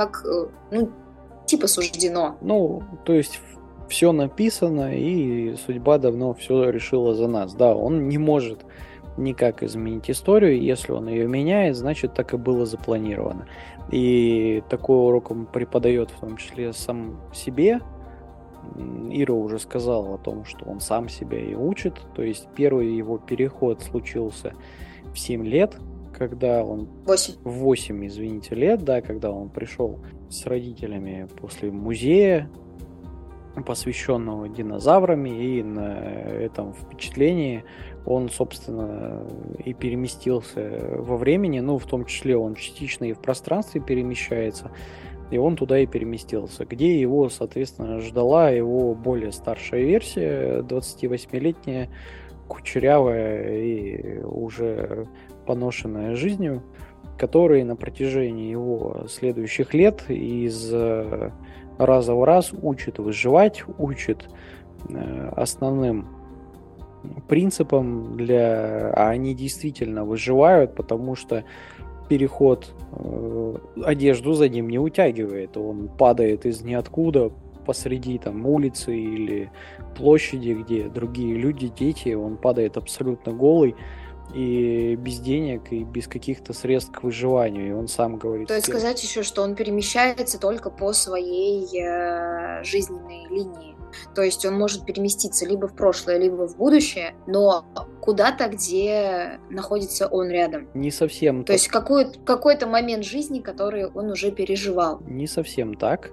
Speaker 2: типа суждено.
Speaker 3: То есть все написано, и судьба давно все решила за нас. Да, он не может никак изменить историю, если он ее меняет, значит, так и было запланировано. И такой урок он преподает в том числе сам себе. Ира уже сказала о том, что он сам себя и учит. То есть первый его переход случился в 7 лет, когда он... 8, извините, лет, да, когда он пришел с родителями после музея, посвященного динозаврами, и на этом впечатлении он, собственно, и переместился во времени, в том числе он частично и в пространстве перемещается, и он туда и переместился, где его, соответственно, ждала его более старшая версия, 28-летняя, кучерявая и уже поношенная жизнью, который на протяжении его следующих лет из раза в раз учит выживать, учит основным принципам а они действительно выживают, потому что переход одежду за ним не утягивает, он падает из ниоткуда посреди там улицы или площади, где другие люди, дети, он падает абсолютно голый и без денег, и без каких-то средств к выживанию, и он сам говорит...
Speaker 2: То есть сказать еще, что он перемещается только по своей жизненной линии. То есть он может переместиться либо в прошлое, либо в будущее, но куда-то, где находится он рядом.
Speaker 3: Не совсем.
Speaker 2: То есть какой-то момент жизни, который он уже переживал.
Speaker 3: Не совсем так.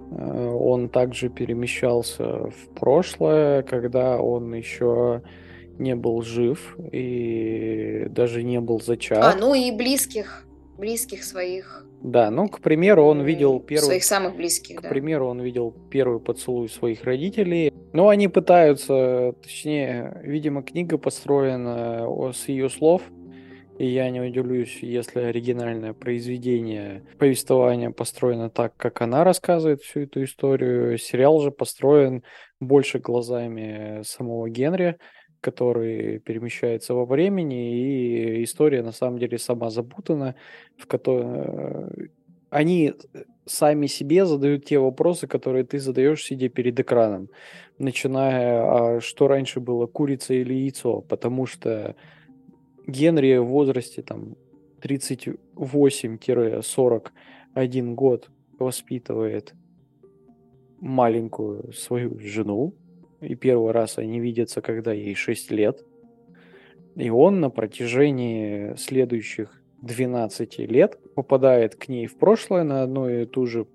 Speaker 3: Он также перемещался в прошлое, когда он еще не был жив и даже не был зачат.
Speaker 2: Ну и близких своих,
Speaker 3: Да, ну, к примеру, он видел
Speaker 2: своих самых близких,
Speaker 3: К
Speaker 2: да.
Speaker 3: примеру, он видел первый поцелуй своих родителей. Но они пытаются, точнее, видимо, книга построена с ее слов. И я не удивлюсь, если оригинальное произведение повествования построено так, как она рассказывает всю эту историю. Сериал же построен больше глазами самого Генри, который перемещается во времени, и история на самом деле сама запутана, в которой они сами себе задают те вопросы, которые ты задаешь, сидя перед экраном, начиная, что раньше было, курица или яйцо, потому что Генри в возрасте там 38-41 год воспитывает маленькую свою жену, и первый раз они видятся, когда ей 6 лет, и он на протяжении следующих 12 лет попадает к ней в прошлое на одну и ту же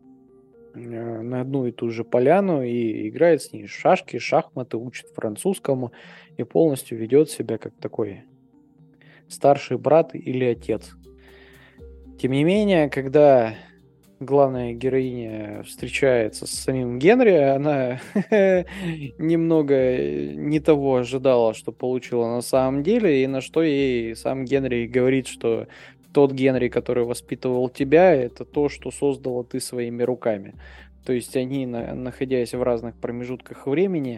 Speaker 3: поляну и играет с ней в шашки, шахматы, учит французскому и полностью ведет себя как такой старший брат или отец. Тем не менее, когда главная героиня встречается с самим Генри, она немного не того ожидала, что получила на самом деле, и на что ей сам Генри говорит, что тот Генри, который воспитывал тебя, это то, что создала ты своими руками. То есть они, находясь в разных промежутках времени,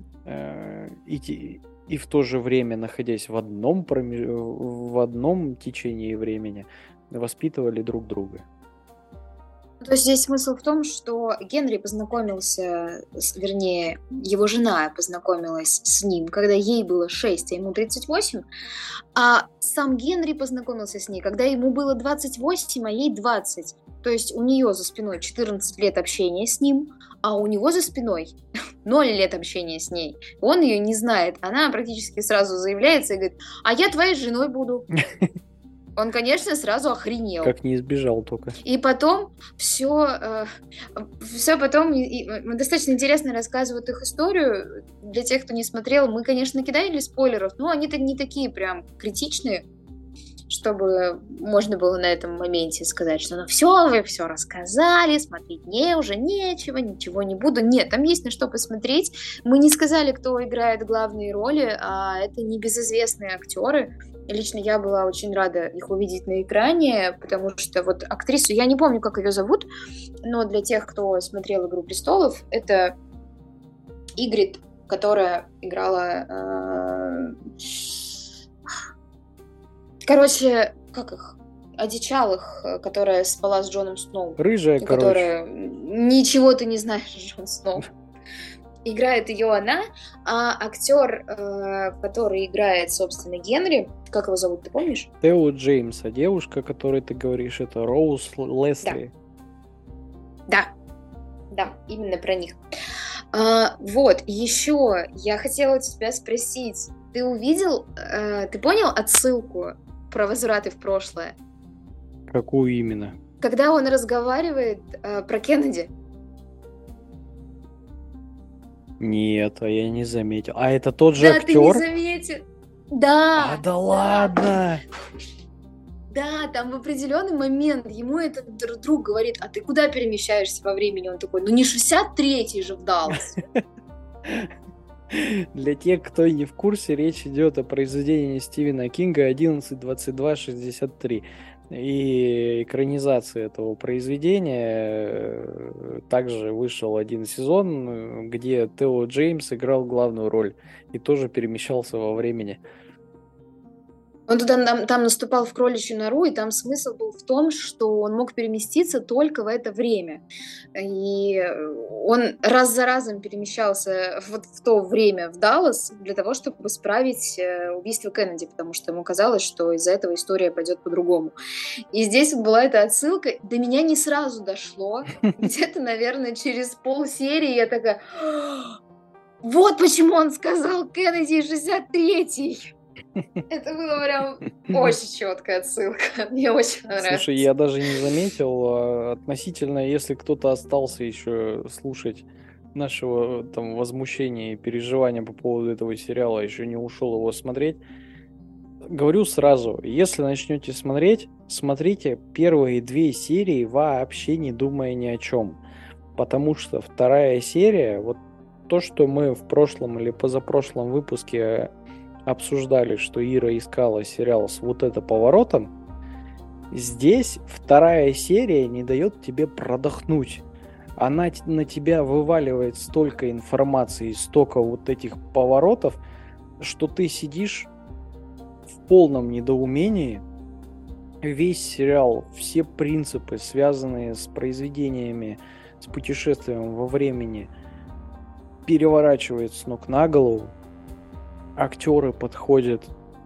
Speaker 3: и в то же время, находясь в одном течении времени, воспитывали друг друга.
Speaker 2: То есть здесь смысл в том, что Генри познакомился, вернее, его жена познакомилась с ним, когда ей было 6, а ему 38, а сам Генри познакомился с ней, когда ему было 28, а ей 20. То есть у нее за спиной 14 лет общения с ним, а у него за спиной 0 лет общения с ней. Он ее не знает. Она практически сразу заявляется и говорит: а я твоей женой буду. Он, конечно, сразу охренел.
Speaker 3: Как не избежал только.
Speaker 2: И потом все потом достаточно интересно рассказывают их историю. Для тех, кто не смотрел, мы, конечно, кидали спойлеров, но они-то не такие прям критичные, чтобы можно было на этом моменте сказать, что ну все, вы все рассказали, смотреть мне уже нечего, ничего не буду. Нет, там есть на что посмотреть. Мы не сказали, кто играет главные роли, а это небезызвестные актеры. Лично я была очень рада их увидеть на экране, потому что вот актрису, я не помню, как ее зовут, но для тех, кто смотрел «Игру престолов», это Игрит, которая играла... как их? Одичалых, которая спала с Джоном Сноу.
Speaker 3: Рыжая,
Speaker 2: которая... Ничего ты не знаешь, Джон Сноу. Играет ее она, а актер, который играет, собственно, Генри, как его зовут, ты помнишь?
Speaker 3: Тео Джеймс, а девушка, о которой ты говоришь, это Роуз Лесли.
Speaker 2: Да, именно про них. Вот, еще я хотела тебя спросить, ты увидел, ты понял отсылку про возвраты в прошлое?
Speaker 3: Какую именно?
Speaker 2: Когда он разговаривает про Кеннеди.
Speaker 3: Нет, а я не заметил. А это тот же актер?
Speaker 2: Да, ты не заметил. Да.
Speaker 3: Да ладно.
Speaker 2: Да, там в определенный момент ему этот друг говорит: а ты куда перемещаешься во времени? Он такой: ну не 63-й же в Даллас.
Speaker 3: Для тех, кто не в курсе, речь идет о произведении Стивена Кинга 11.22.63. И экранизация этого произведения также вышел один сезон, где Тео Джеймс играл главную роль и тоже перемещался во времени.
Speaker 2: Он там наступал в кроличью нору, и там смысл был в том, что он мог переместиться только в это время. И он раз за разом перемещался вот в то время в Даллас для того, чтобы исправить убийство Кеннеди, потому что ему казалось, что из-за этого история пойдет по-другому. И здесь вот была эта отсылка. До меня не сразу дошло. Где-то, наверное, через полсерии я такая: вот почему он сказал Кеннеди 63-й. Это было прям очень четкая отсылка. Мне очень понравилось.
Speaker 3: Слушай, я даже не заметил, относительно, если кто-то остался еще слушать нашего там возмущения и переживания по поводу этого сериала, еще не ушел его смотреть. Говорю сразу, если начнете смотреть, смотрите первые 2 серии, вообще не думая ни о чем. Потому что 2 серия, вот то, что мы в прошлом или позапрошлом выпуске обсуждали, что Ира искала сериал с вот это поворотом, здесь 2 серия не дает тебе продохнуть. Она на тебя вываливает столько информации, столько вот этих поворотов, что ты сидишь в полном недоумении. Весь сериал, все принципы, связанные с произведениями, с путешествием во времени, переворачивает с ног на голову. Актеры подходят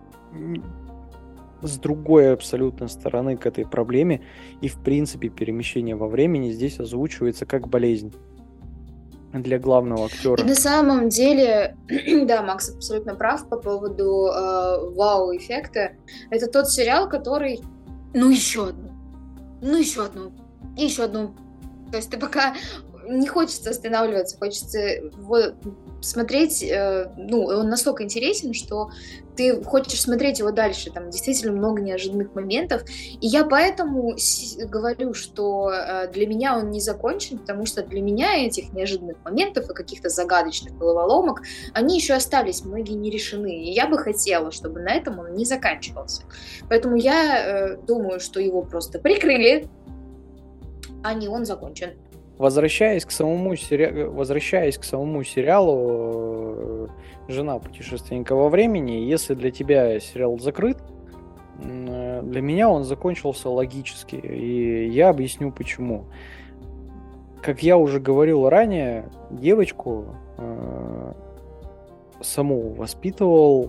Speaker 3: с другой абсолютно стороны к этой проблеме, и в принципе перемещение во времени здесь озвучивается как болезнь для главного актера.
Speaker 2: И на самом деле, да, Макс абсолютно прав по поводу вау-эффекта. Это тот сериал, который... еще одну. То есть ты пока не хочется останавливаться, хочется смотреть, он настолько интересен, что ты хочешь смотреть его дальше, там действительно много неожиданных моментов, и я поэтому говорю, что для меня он не закончен, потому что для меня этих неожиданных моментов и каких-то загадочных головоломок, они еще остались, многие не решены, и я бы хотела, чтобы на этом он не заканчивался. Поэтому я думаю, что его просто прикрыли, а не он закончен.
Speaker 3: Возвращаясь к самому сериалу «Жена путешественника во времени», если для тебя сериал закрыт, для меня он закончился логически, и я объясню почему. Как я уже говорил ранее, девочку саму воспитывал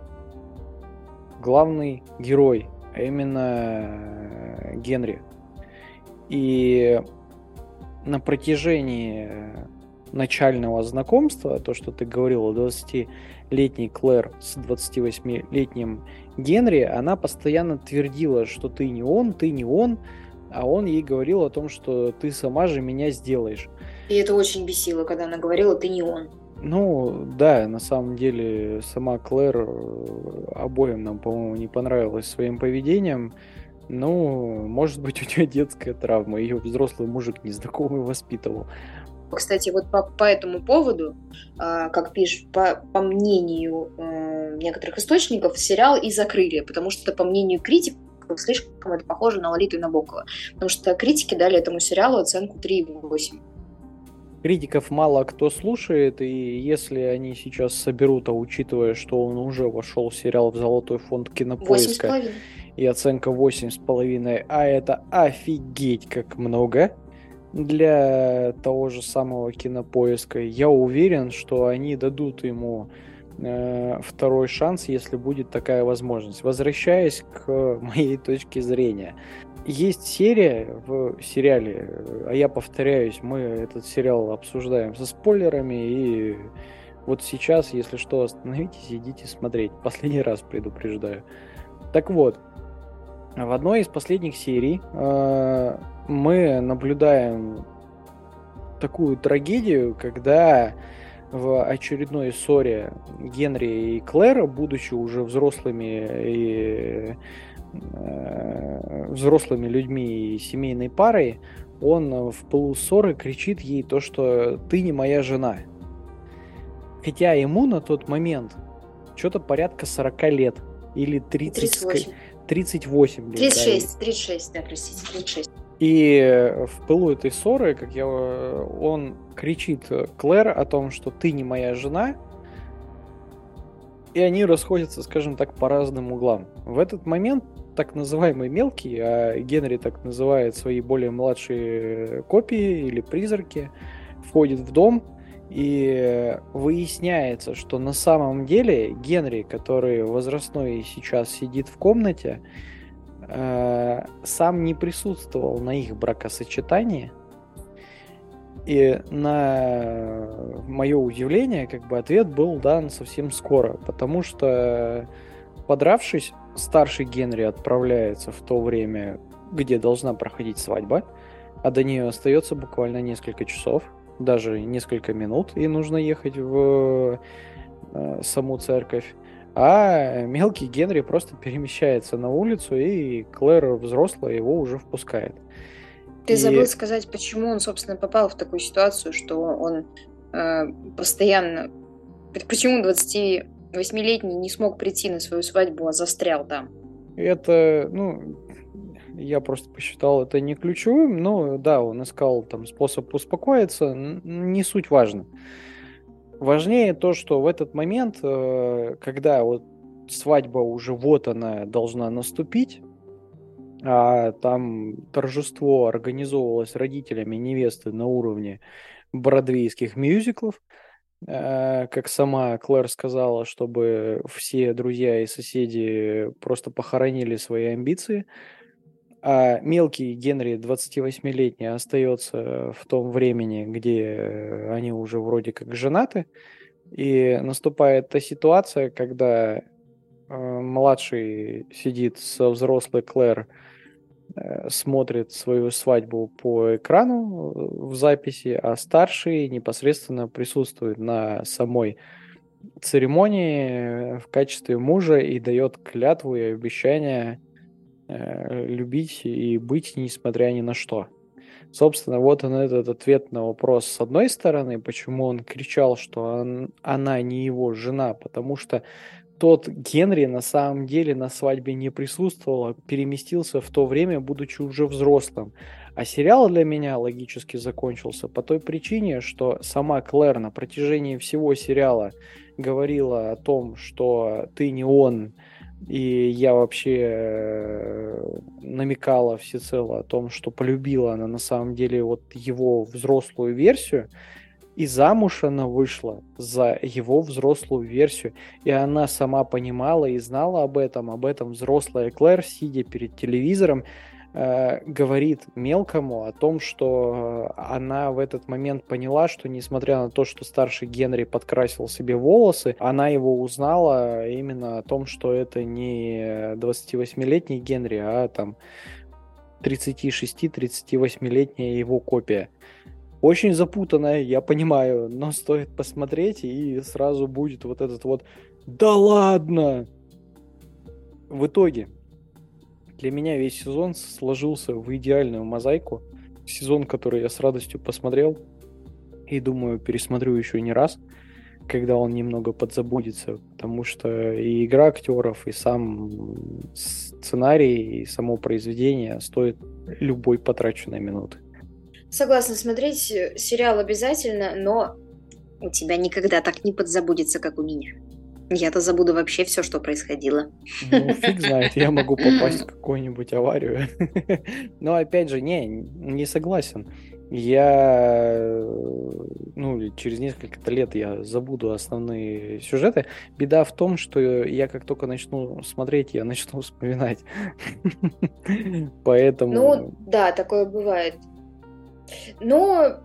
Speaker 3: главный герой, а именно Генри. И на протяжении начального знакомства, то, что ты говорила, 20-летний Клэр с 28-летним Генри, она постоянно твердила, что ты не он, а он ей говорил о том, что ты сама же меня сделаешь.
Speaker 2: И это очень бесило, когда она говорила, ты не он.
Speaker 3: Ну, да, на самом деле, сама Клэр обоим нам, по-моему, не понравилась своим поведением. Ну, может быть, у нее детская травма, ее взрослый мужик незнакомый воспитывал.
Speaker 2: Кстати, вот по этому поводу, как пишут, по мнению некоторых источников, сериал и закрыли, потому что, по мнению критиков, слишком это похоже на Лолиту и Набокова. Потому что критики дали этому сериалу оценку 3,8.
Speaker 3: Критиков мало кто слушает, и если они сейчас соберут, а учитывая, что он уже вошел в сериал в золотой фонд Кинопоиска,
Speaker 2: 8,5.
Speaker 3: и оценка 8,5, а это офигеть как много для того же самого Кинопоиска, я уверен, что они дадут ему второй шанс, если будет такая возможность. Возвращаясь к моей точке зрения, есть серия в сериале, а я повторяюсь, мы этот сериал обсуждаем со спойлерами, и вот сейчас, если что, остановитесь, идите смотреть. Последний раз предупреждаю. Так вот, в одной из последних серий мы наблюдаем такую трагедию, когда в очередной ссоре Генри и Клэр, будучи уже взрослыми людьми и семейной парой, он в пылу ссоры кричит ей то, что «ты не моя жена». Хотя ему на тот момент что-то порядка 40 лет или 38 лет.
Speaker 2: 36, да, простите, 36.
Speaker 3: И в пылу этой ссоры, он кричит Клэр о том, что ты не моя жена, и они расходятся, скажем так, по разным углам. В этот момент так называемый мелкий, а Генри так называет свои более младшие копии или призраки, входит в дом, и выясняется, что на самом деле Генри, который возрастной и сейчас сидит в комнате, сам не присутствовал на их бракосочетании. И на мое удивление, ответ был дан совсем скоро, потому что Подравшись, старший Генри отправляется в то время, где должна проходить свадьба, а до нее остается буквально несколько часов, даже несколько минут, и нужно ехать в саму церковь. А мелкий Генри просто перемещается на улицу, и Клэр, взрослая, его уже впускает.
Speaker 2: Ты забыл сказать, почему он, собственно, попал в такую ситуацию, что он постоянно... Почему 28-летний не смог прийти на свою свадьбу, а застрял там?
Speaker 3: Это, я просто посчитал это не ключевым, но да, он искал там способ успокоиться, не суть важно. Важнее то, что в этот момент, когда вот свадьба уже вот она должна наступить, а там торжество организовывалось родителями невесты на уровне бродвейских мюзиклов, как сама Клэр сказала, чтобы все друзья и соседи просто похоронили свои амбиции. А мелкий Генри, 28-летний, остается в том времени, где они уже вроде как женаты. И наступает та ситуация, когда младший сидит со взрослой Клэр, смотрит свою свадьбу по экрану в записи, а старший непосредственно присутствует на самой церемонии в качестве мужа и дает клятву и обещание любить и быть, несмотря ни на что. Собственно, вот он этот ответ на вопрос с одной стороны, почему он кричал, что она не его жена, потому что тот Генри на самом деле на свадьбе не присутствовал, а переместился в то время, будучи уже взрослым. А сериал для меня логически закончился по той причине, что сама Клэр на протяжении всего сериала говорила о том, что ты не он, и я вообще намекала всецело о том, что полюбила она на самом деле вот его взрослую версию, и замуж она вышла за его взрослую версию. И она сама понимала и знала об этом взрослая Клэр, сидя перед телевизором, говорит мелкому о том, что она в этот момент поняла, что несмотря на то, что старший Генри подкрасил себе волосы, она его узнала именно о том, что это не 28-летний Генри, а там 36-38-летняя его копия. Очень запутанная, я понимаю, но стоит посмотреть, и сразу будет вот этот вот «Да ладно!». В итоге для меня весь сезон сложился в идеальную мозаику. Сезон, который я с радостью посмотрел и, думаю, пересмотрю еще не раз, когда он немного подзабудется, потому что и игра актеров, и сам сценарий, и само произведение стоит любой потраченной минуты.
Speaker 2: Согласна, смотреть сериал обязательно, но у тебя никогда так не подзабудется, как у меня. Я-то забуду вообще все, что происходило.
Speaker 3: Ну, фиг знает, я могу попасть в какую-нибудь аварию. Но опять же, не согласен. Через несколько лет я забуду основные сюжеты. Беда в том, что я как только начну смотреть, я начну вспоминать. Поэтому...
Speaker 2: Да, такое бывает. Но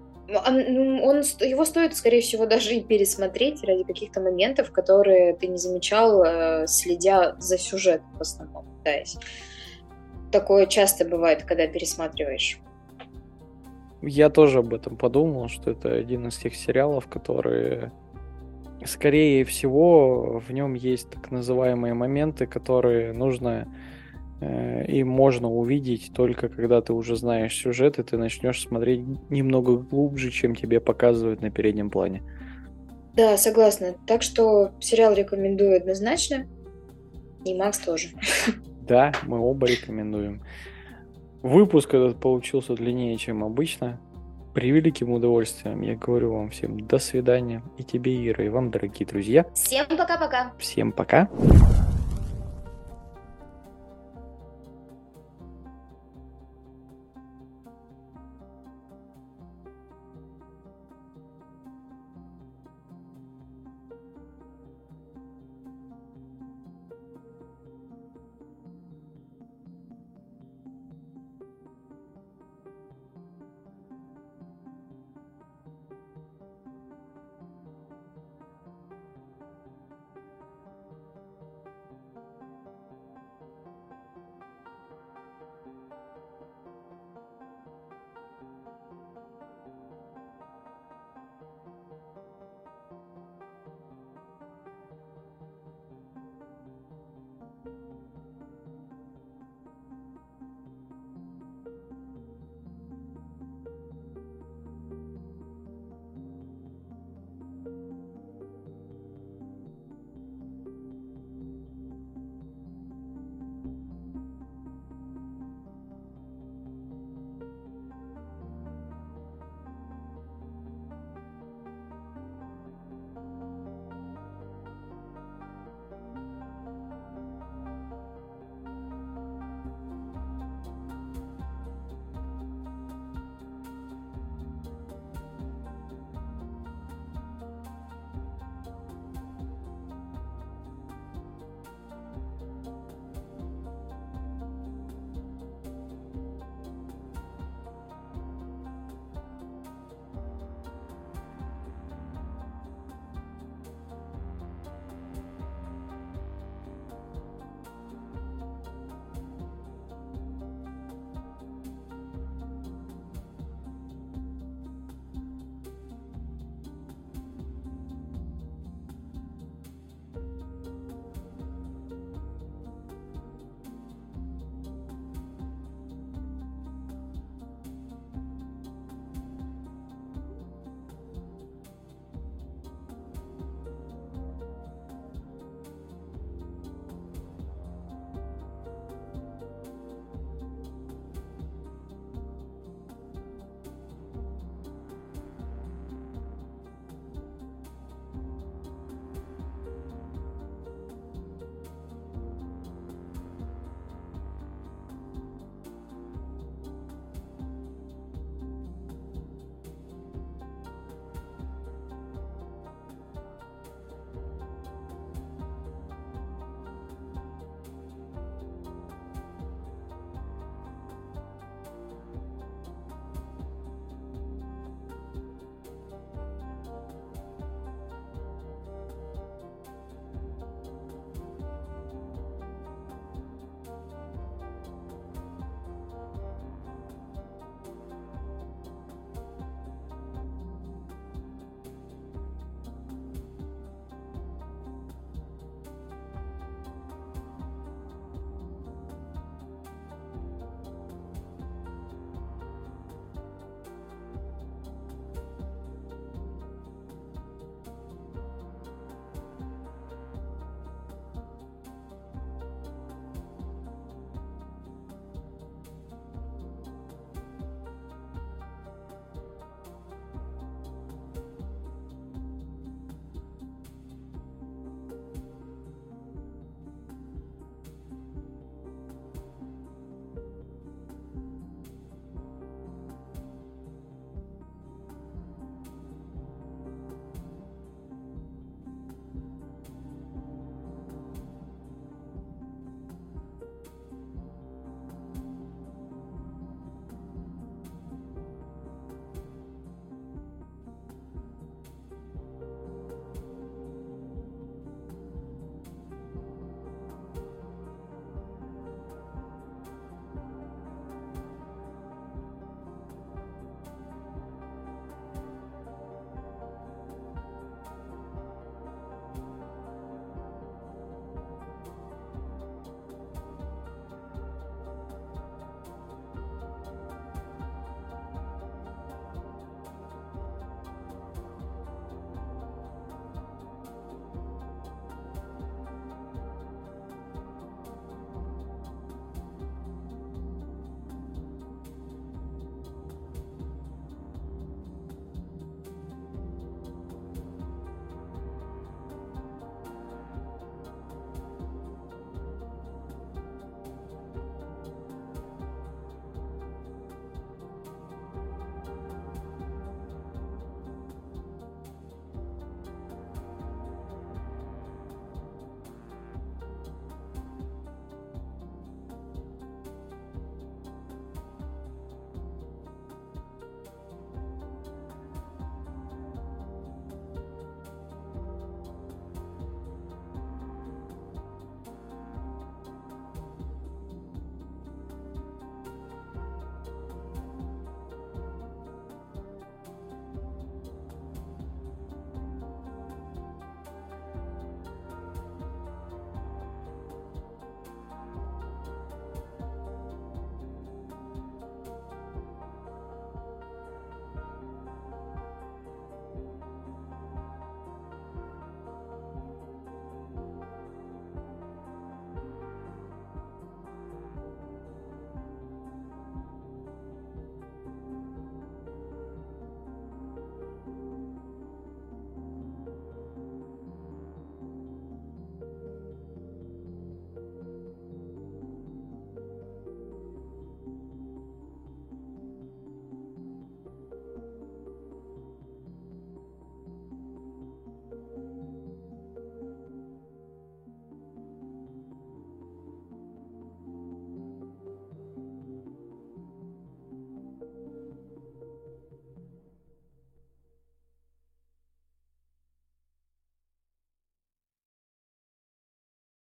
Speaker 2: его стоит, скорее всего, даже и пересмотреть ради каких-то моментов, которые ты не замечал, следя за сюжетом в основном. Такое часто бывает, когда пересматриваешь.
Speaker 3: Я тоже об этом подумал, что это один из тех сериалов, которые, скорее всего, в нем есть так называемые моменты, которые нужно и можно увидеть только когда ты уже знаешь сюжет, и ты начнешь смотреть немного глубже, чем тебе показывают на переднем плане.
Speaker 2: Да, согласна. Так что сериал рекомендую однозначно. И Макс тоже.
Speaker 3: Да, мы оба рекомендуем. Выпуск этот получился длиннее, чем обычно. Превеликим удовольствием я говорю вам всем до свидания. И тебе, Ира, и вам, дорогие друзья.
Speaker 2: Всем пока-пока.
Speaker 3: Всем пока.